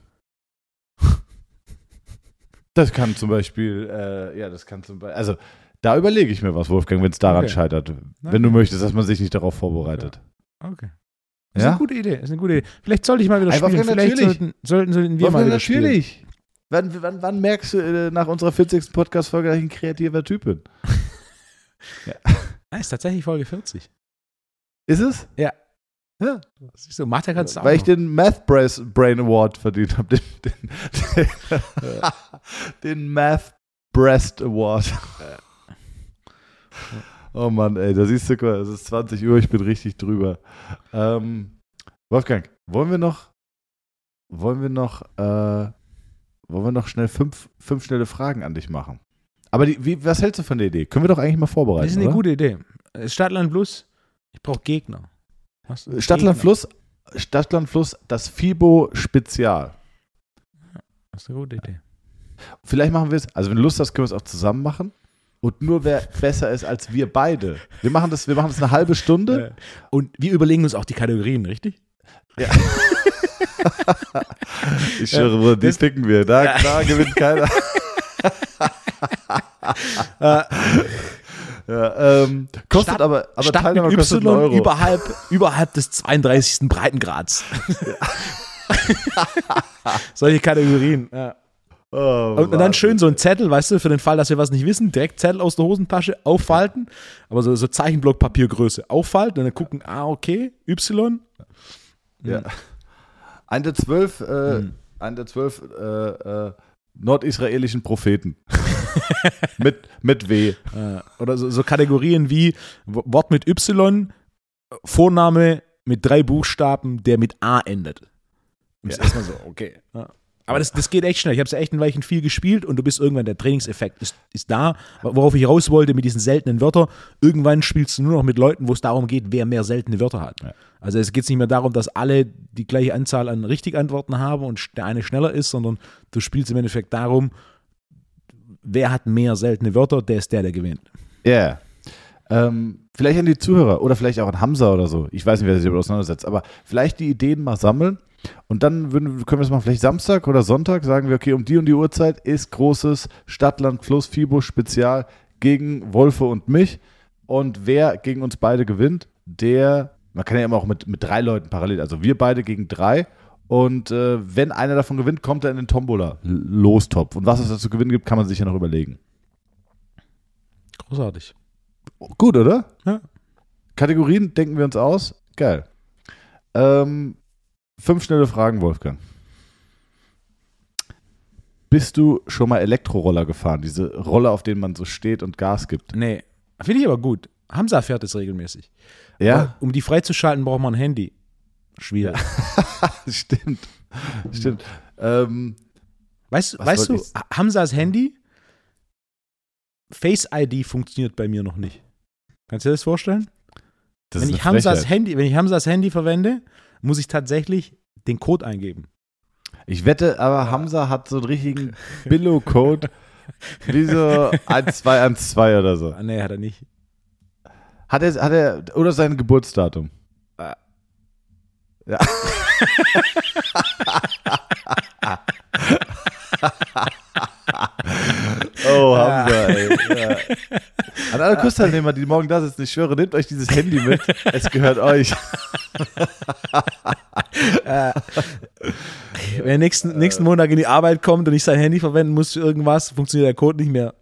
Das kann zum Beispiel, äh, ja, das kann zum Beispiel, also da überlege ich mir was, Wolfgang, wenn es daran Okay. scheitert. Wenn du möchtest, dass man sich nicht darauf vorbereitet. Okay. Das ist Ja? eine gute Idee. Das ist eine gute Idee. Vielleicht sollte ich mal wieder Ey, spielen. Wolfgang, Vielleicht natürlich. sollten, sollten, sollten wir mal Wolfgang, wieder spielen. natürlich. Wann, wann, wann merkst du äh, nach unserer vierzigsten Podcast-Folge, dass ich ein kreativer Typ bin? Ah, ist tatsächlich Folge vierzig. Ist es? Ja. Ja. Siehst du, Mathe kannst du auch Weil ich noch. den Math Brain Award verdient habe. Den, den, den, den Math Breast Award. Oh Mann, ey, da siehst du, guck mal, es ist zwanzig Uhr, ich bin richtig drüber. Ähm, Wolfgang, wollen wir noch, wollen wir noch, äh, wollen wir noch schnell fünf, fünf schnelle Fragen an dich machen? Aber die, wie, was hältst du von der Idee? Können wir doch eigentlich mal vorbereiten, Das ist eine oder? gute Idee. Stadtland Plus, ich brauche Gegner. Hast du Stadtland Gegner? Fluss, Stadtland Fluss, das FIBO Spezial. Das ist eine gute Idee. Vielleicht machen wir es, also wenn du Lust hast, können wir es auch zusammen machen. Und nur wer besser ist als wir beide. Wir machen das, wir machen das eine halbe Stunde. Und wir überlegen uns auch die Kategorien, richtig? Ja. Ich schwöre, Bruder, die das- picken wir. Da, Ja. da gewinnt keiner. Ja, ähm, kostet Stadt- aber, aber Stadt Teilnahme mit kostet einen Y Euro. überhalb, überhalb des zweiunddreißigsten Breitengrads. Solche Kategorien. Ja. Oh, Und, und dann schön so ein Zettel, weißt du, für den Fall, dass wir was nicht wissen, direkt Zettel aus der Hosentasche, auffalten, aber so, so Zeichenblock-Papiergröße, auffalten und dann gucken, ah, okay, Y. Ja. Ein der zwölf, äh, Mhm. ein der zwölf äh, äh, nordisraelischen Propheten. mit, mit W. Äh, oder so, so Kategorien wie W- Wort mit Y, Vorname mit drei Buchstaben, der mit A endet. Und das Ja. ist erstmal so, okay. Ja. Aber das, das geht echt schnell. Ich habe es ja echt ein Weilchen viel gespielt und du bist irgendwann, der Trainingseffekt ist, ist da. Worauf ich raus wollte mit diesen seltenen Wörtern, irgendwann spielst du nur noch mit Leuten, wo es darum geht, wer mehr seltene Wörter hat. Ja. Also es geht nicht mehr darum, dass alle die gleiche Anzahl an Richtigantworten haben und der eine schneller ist, sondern du spielst im Endeffekt darum, wer hat mehr seltene Wörter, der ist der, der gewinnt. Ja. Yeah. Ähm, vielleicht an die Zuhörer oder vielleicht auch an Hamza oder so. Ich weiß nicht, wer sich damit auseinandersetzt, aber vielleicht die Ideen mal sammeln und dann würden, können wir es machen, vielleicht Samstag oder Sonntag, sagen wir, okay, um die und die Uhrzeit ist großes Stadtland Fluss FIBO Spezial gegen Wolfe und mich und wer gegen uns beide gewinnt, der, man kann ja immer auch mit, mit drei Leuten parallel, also wir beide gegen drei Und äh, wenn einer davon gewinnt, kommt er in den Tombola-Lostopf. Und was es da zu gewinnen gibt, kann man sich ja noch überlegen. Großartig. Gut, oder? Ja. Kategorien denken wir uns aus. Geil. Ähm, fünf schnelle Fragen, Wolfgang. Bist du schon mal Elektroroller gefahren? Diese Roller, auf denen man so steht und Gas gibt? Nee, finde ich aber gut. Hamza fährt es regelmäßig. Ja? Aber um die freizuschalten, braucht man ein Handy. Schwierig. Ja. Stimmt. Stimmt. Ähm, weißt was weißt du, wollte ich- Hamzas Handy, Face I D funktioniert bei mir noch nicht. Kannst du dir das vorstellen? das wenn ist ich eine Hamzas Frechheit. Handy, wenn ich Hamzas Handy verwende, muss ich tatsächlich den Code eingeben. Ich wette, aber Hamza hat so einen richtigen Billo-Code, wie so eins zwei eins zwei oder so. Ah, nee, hat er nicht. Hat er, hat er, oder sein Geburtsdatum? Äh. Ja. Oh, Hamza, ey. Ja. An alle Kursteilnehmer, die morgen da sitzen, ich schwöre, nehmt euch dieses Handy mit. Es gehört euch. Wenn er nächsten, nächsten Montag in die Arbeit kommt und ich sein Handy verwenden muss für irgendwas, funktioniert der Code nicht mehr.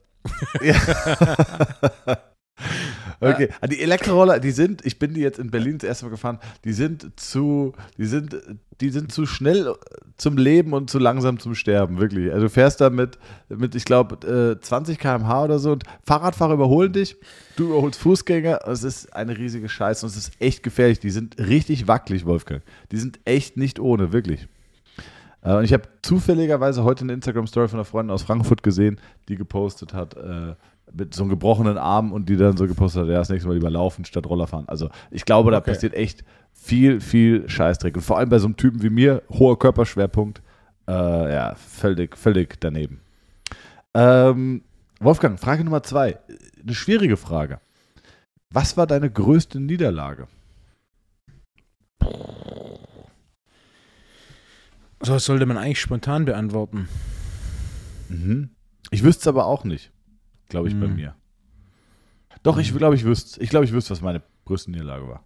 Okay, die Elektroroller, die sind, ich bin die jetzt in Berlin das erste Mal gefahren, die sind zu, die sind, die sind zu schnell zum Leben und zu langsam zum Sterben, wirklich. Also du fährst da mit, mit ich glaube, zwanzig Kilometer pro Stunde oder so und Fahrradfahrer überholen dich, du überholst Fußgänger, es ist eine riesige Scheiße und es ist echt gefährlich. Die sind richtig wackelig, Wolfgang. Die sind echt nicht ohne, wirklich. Und ich habe zufälligerweise heute eine Instagram-Story von einer Freundin aus Frankfurt gesehen, die gepostet hat, äh, mit so einem gebrochenen Arm und die dann so gepostet hat, ja, das nächste Mal lieber laufen statt Roller fahren. Also ich glaube, da Okay. passiert echt viel, viel Scheißdreck. Und vor allem bei so einem Typen wie mir, hoher Körperschwerpunkt, äh, ja, völlig, völlig daneben. Ähm, Wolfgang, Frage Nummer zwei. Eine schwierige Frage. Was war deine größte Niederlage? So, das sollte man eigentlich spontan beantworten. Mhm. Ich wüsste es aber auch nicht, glaube ich, bei Mhm. mir. Doch, ich glaube, ich wüsste, ich glaube, ich wüsste, was meine größte Niederlage war.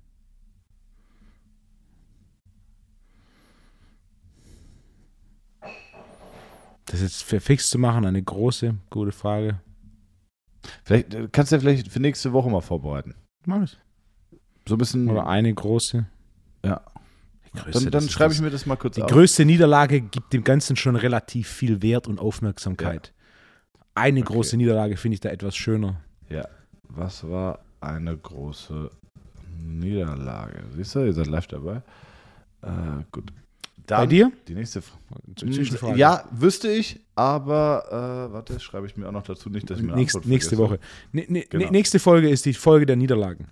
Das jetzt für fix zu machen, eine große, gute Frage. Vielleicht äh, kannst du ja vielleicht für nächste Woche mal vorbereiten. Mach ich. So ein bisschen. Oder eine große. Ja. Die größte, Dann, das dann ist schreibe das- ich mir das mal kurz Die auf. größte Niederlage gibt dem Ganzen schon relativ viel Wert und Aufmerksamkeit. Eine Okay. große Niederlage finde ich da etwas schöner. Ja. Was war eine große Niederlage? Siehst du, ihr seid live dabei. Äh, gut. Dann Bei dir? Die nächste Frage. Zwischenfrage. Ja, wüsste ich, aber äh, warte, schreibe ich mir auch noch dazu, nicht, dass ich mir eine Nächst, Antwort nächste vergesse. Woche. Ne, ne, Genau. Nächste Folge ist die Folge der Niederlagen.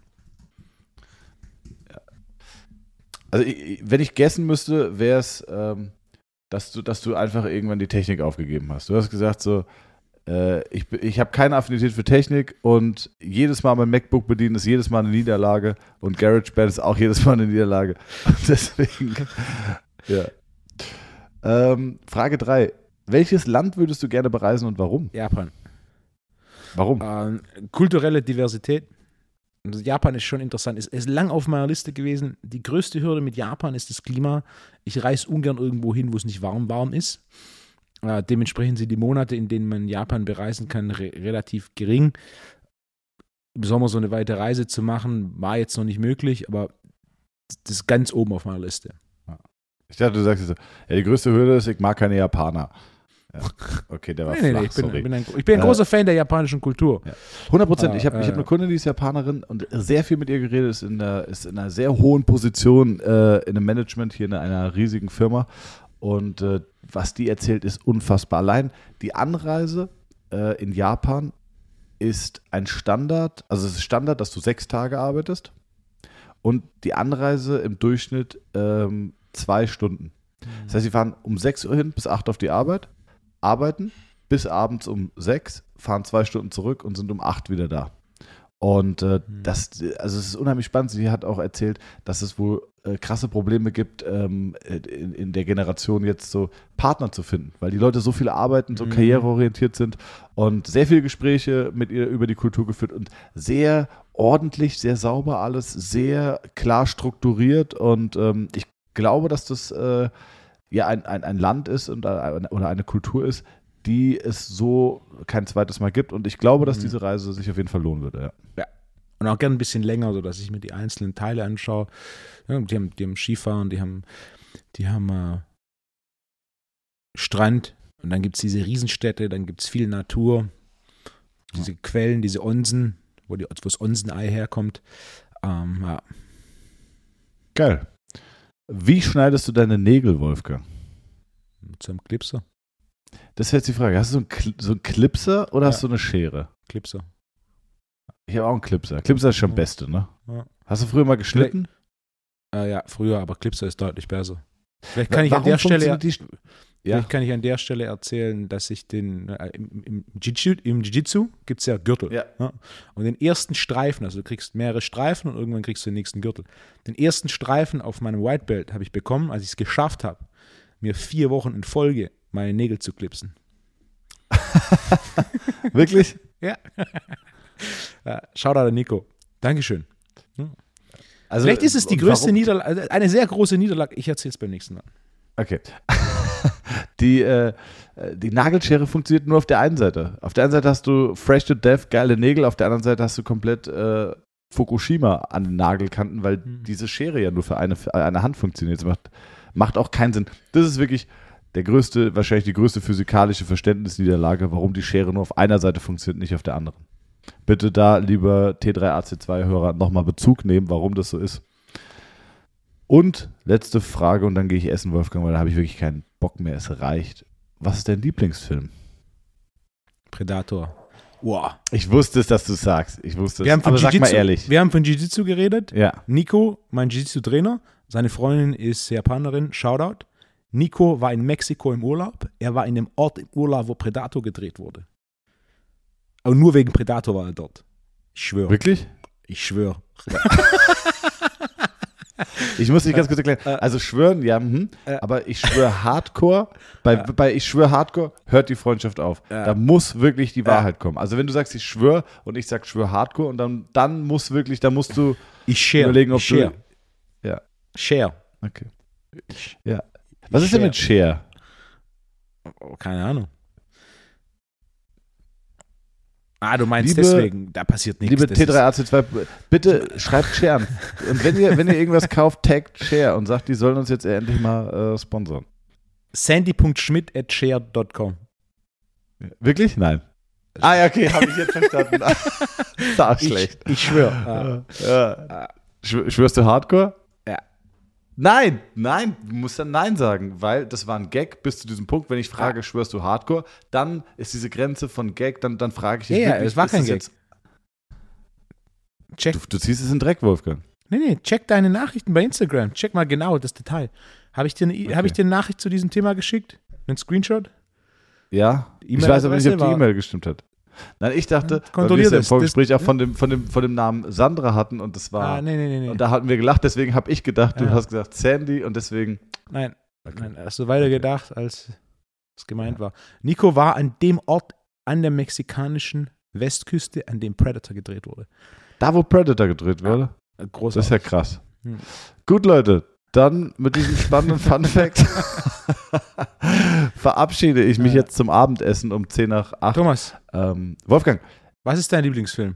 Also ich, wenn ich guessen müsste, wäre es, ähm, dass du, dass du einfach irgendwann die Technik aufgegeben hast. Du hast gesagt so, äh, ich, ich habe keine Affinität für Technik und jedes Mal mein MacBook bedienen ist jedes Mal eine Niederlage und GarageBand ist auch jedes Mal eine Niederlage. Und deswegen, ja. Ähm, Frage drei. Welches Land würdest du gerne bereisen und warum? Japan. Warum? Ähm, kulturelle Diversität. Also Japan ist schon interessant. Ist, ist lang auf meiner Liste gewesen. Die größte Hürde mit Japan ist das Klima. Ich reise ungern irgendwo hin, wo es nicht warm warm ist. Äh, dementsprechend sind die Monate, in denen man Japan bereisen kann, re relativ gering. Im Sommer so eine weite Reise zu machen, war jetzt noch nicht möglich, aber das ist ganz oben auf meiner Liste. Ich dachte, du sagst so, ja, die größte Hürde ist, ich mag keine Japaner. Ja. Okay, der war Nee, nee, flach, nee, ich bin, sorry. ich bin ein, ich bin ein Äh, großer Fan der japanischen Kultur. hundert Prozent. Ich habe Äh, ich hab eine Kundin, die ist Japanerin und sehr viel mit ihr geredet, ist in, der, ist in einer sehr hohen Position äh, in einem Management hier in einer riesigen Firma. Und äh, was die erzählt, ist unfassbar. Allein die Anreise äh, in Japan ist ein Standard, also es ist Standard, dass du sechs Tage arbeitest und die Anreise im Durchschnitt ähm, zwei Stunden. Das heißt, sie fahren um sechs Uhr hin bis acht auf die Arbeit, arbeiten bis abends um sechs, fahren zwei Stunden zurück und sind um acht wieder da. Und äh, das, also es ist unheimlich spannend. Sie hat auch erzählt, dass es wohl äh, krasse Probleme gibt, ähm, in, in der Generation jetzt so Partner zu finden, weil die Leute so viel arbeiten, so Mhm. karriereorientiert sind und sehr viele Gespräche mit ihr über die Kultur geführt und sehr ordentlich, sehr sauber alles, sehr klar strukturiert und ähm, ich glaube, dass das äh, ja ein, ein, ein Land ist und, oder eine Kultur ist, die es so kein zweites Mal gibt. Und ich glaube, dass Mhm. diese Reise sich auf jeden Fall lohnen würde. Ja. Ja. Und auch gerne ein bisschen länger, sodass ich mir die einzelnen Teile anschaue. Ja, die, haben, die haben Skifahren, die haben, die haben äh, Strand und dann gibt es diese Riesenstädte, dann gibt es viel Natur, diese ja. Quellen, diese Onsen, wo, die, wo das Onsenei herkommt. Ähm, ja. Geil. Wie schneidest du deine Nägel, Wolfgang? Mit so einem Clipser. Das ist jetzt die Frage. Hast du so einen, Cl- so einen Clipser oder ja. hast du eine Schere? Clipser. Ich habe auch einen Clipser. Clipser ist schon ja. Beste, ne? Ja. Hast du früher mal geschnitten? Äh, ja, früher, aber Clipser ist deutlich besser. Vielleicht kann, ich Warum an, der Stelle, die, vielleicht ja. kann ich an der Stelle erzählen, dass ich den, äh, im, im, Jiu-Jitsu, im Jiu-Jitsu gibt es ja Gürtel. Ja. Ja? Und den ersten Streifen, also du kriegst mehrere Streifen und irgendwann kriegst du den nächsten Gürtel. Den ersten Streifen auf meinem White Belt habe ich bekommen, als ich es geschafft habe, mir vier Wochen in Folge meine Nägel zu clipsen. Wirklich? Ja. ja. Shoutout an Nico. Dankeschön. Ja. Also, vielleicht ist es die größte Niederlage, eine sehr große Niederlage. Ich erzähle es beim nächsten Mal. Okay. Die, äh, die Nagelschere funktioniert nur auf der einen Seite. Auf der einen Seite hast du fresh to death, geile Nägel, auf der anderen Seite hast du komplett äh, Fukushima an den Nagelkanten, weil mhm. diese Schere ja nur für eine, für eine Hand funktioniert. Das macht, macht auch keinen Sinn. Das ist wirklich der größte, wahrscheinlich die größte physikalische Verständnisniederlage, warum die Schere nur auf einer Seite funktioniert, nicht auf der anderen. Bitte da, lieber T drei A C zwei Hörer, nochmal Bezug nehmen, warum das so ist. Und letzte Frage und dann gehe ich essen, Wolfgang, weil da habe ich wirklich keinen Bock mehr, es reicht. Was ist dein Lieblingsfilm? Predator. Wow. Ich wusste es, dass du es sagst. Ich wusste es. Wir haben von Aber sag mal ehrlich. Wir haben von Jiu-Jitsu geredet. Ja. Nico, mein Jiu-Jitsu-Trainer, seine Freundin ist Japanerin, Shoutout. Nico war in Mexiko im Urlaub. Er war in dem Ort im Urlaub, wo Predator gedreht wurde. Aber nur wegen Predator war er dort. Ich schwöre. Wirklich? Ich schwöre. Ich muss dich ganz kurz erklären. Also schwören, ja, mh, aber ich schwöre Hardcore. Bei, ja. bei ich schwöre Hardcore hört die Freundschaft auf. Ja. Da muss wirklich die Wahrheit ja. kommen. Also wenn du sagst, ich schwöre und ich sag schwöre Hardcore und dann, dann muss wirklich, da musst du ich share. überlegen, ob ich share. du. Ja. Share. Okay. Ja. Was ist share. denn mit Share? Oh, keine Ahnung. Ah, du meinst liebe, deswegen, da passiert nichts. Liebe T drei A C zwei, bitte schreibt Share. Und wenn ihr, wenn ihr irgendwas kauft, taggt Share und sagt, die sollen uns jetzt endlich mal äh, sponsern. sandy punkt schmidt at share punkt com. Wirklich? Nein. Ah ja, okay, habe ich jetzt verstanden. Da schlecht. Ich, ich schwöre. Ah. Ja. Schwör, schwörst du Hardcore? Ja. Nein, nein, du musst dann Nein sagen, weil das war ein Gag bis zu diesem Punkt. Wenn ich frage, ja. schwörst du Hardcore, dann ist diese Grenze von Gag, dann, dann frage ich dich ja, wirklich, ja, es war kein Gag. Jetzt, check. Du, du ziehst es in Dreck, Wolfgang. Nee, nee, check deine Nachrichten bei Instagram. Check mal genau das Detail. Habe ich, dir eine, okay. hab ich dir eine Nachricht zu diesem Thema geschickt? Einen Screenshot? Ja, ich weiß aber nicht, ob die E-Mail gestimmt hat. Nein, ich dachte, weil wir es ja im Vorgespräch das, auch von dem, von, dem, von dem Namen Sandra hatten und das war, ah, nee, nee, nee. und da hatten wir gelacht, deswegen habe ich gedacht, du ja. hast gesagt Sandy und deswegen. Nein, okay. Nein, hast du weiter gedacht, als es gemeint ja. war. Nico war an dem Ort an der mexikanischen Westküste, an dem Predator gedreht wurde. Da, wo Predator gedreht wurde? Ja, großartig. Das ist ja krass. Hm. Gut, Leute, dann mit diesem spannenden Fun-Fact verabschiede ich mich ja. jetzt zum Abendessen um zehn nach acht. Thomas. Ähm, Wolfgang. Was ist dein Lieblingsfilm?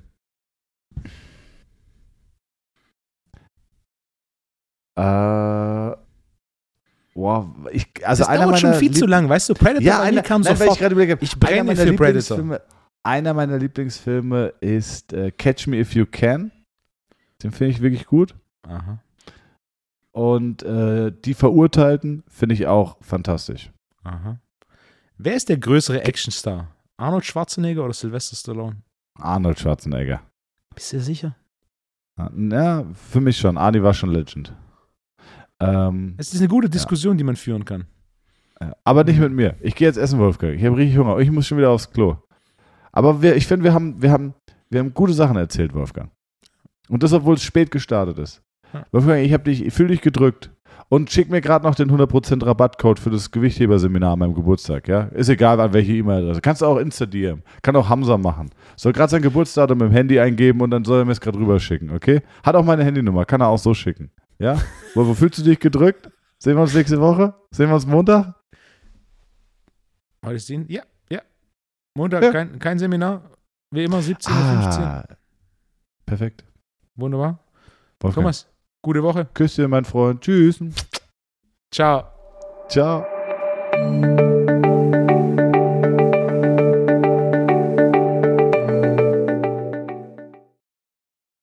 Äh, wow, ich, also das einer dauert meiner schon viel Lieb- zu lang, weißt du? Predator ja, einer, kam nein, sofort. Ich, überlege, ich brenne für Predator. Einer meiner Lieblingsfilme ist äh, Catch Me If You Can. Den finde ich wirklich gut. Aha. Und äh, Die Verurteilten finde ich auch fantastisch. Aha. Wer ist der größere Actionstar? Arnold Schwarzenegger oder Sylvester Stallone? Arnold Schwarzenegger. Bist du sicher? Ja, für mich schon. Arnie war schon Legend. Ähm, es ist eine gute Diskussion, ja. die man führen kann. Ja, aber nicht mit mir. Ich gehe jetzt essen, Wolfgang. Ich habe richtig Hunger. Ich muss schon wieder aufs Klo. Aber wir, ich finde, wir haben, wir, haben, wir haben gute Sachen erzählt, Wolfgang. Und das, obwohl es spät gestartet ist. Ja. Wolfgang, ich, dich, ich fühle dich gedrückt. Und schick mir gerade noch den hundert Prozent Rabattcode für das Gewichtheberseminar an meinem Geburtstag. Ja? Ist egal, an welche E-Mail-Adresse. Kannst du auch Insta-D M. Kann auch Hamza machen. Soll gerade sein Geburtsdatum mit dem Handy eingeben und dann soll er mir es gerade rüberschicken, okay? Hat auch meine Handynummer. Kann er auch so schicken. Ja? Wo, wo fühlst du dich gedrückt? Sehen wir uns nächste Woche? Sehen wir uns Montag? Heute ist den? Ja, ja. Montag Ja. Kein, kein Seminar. Wie immer siebzehn Uhr fünfzehn. Ah, perfekt. Wunderbar. Wolfgang. Thomas, gute Woche. Küsschen, mein Freund. Tschüss. Ciao. Ciao.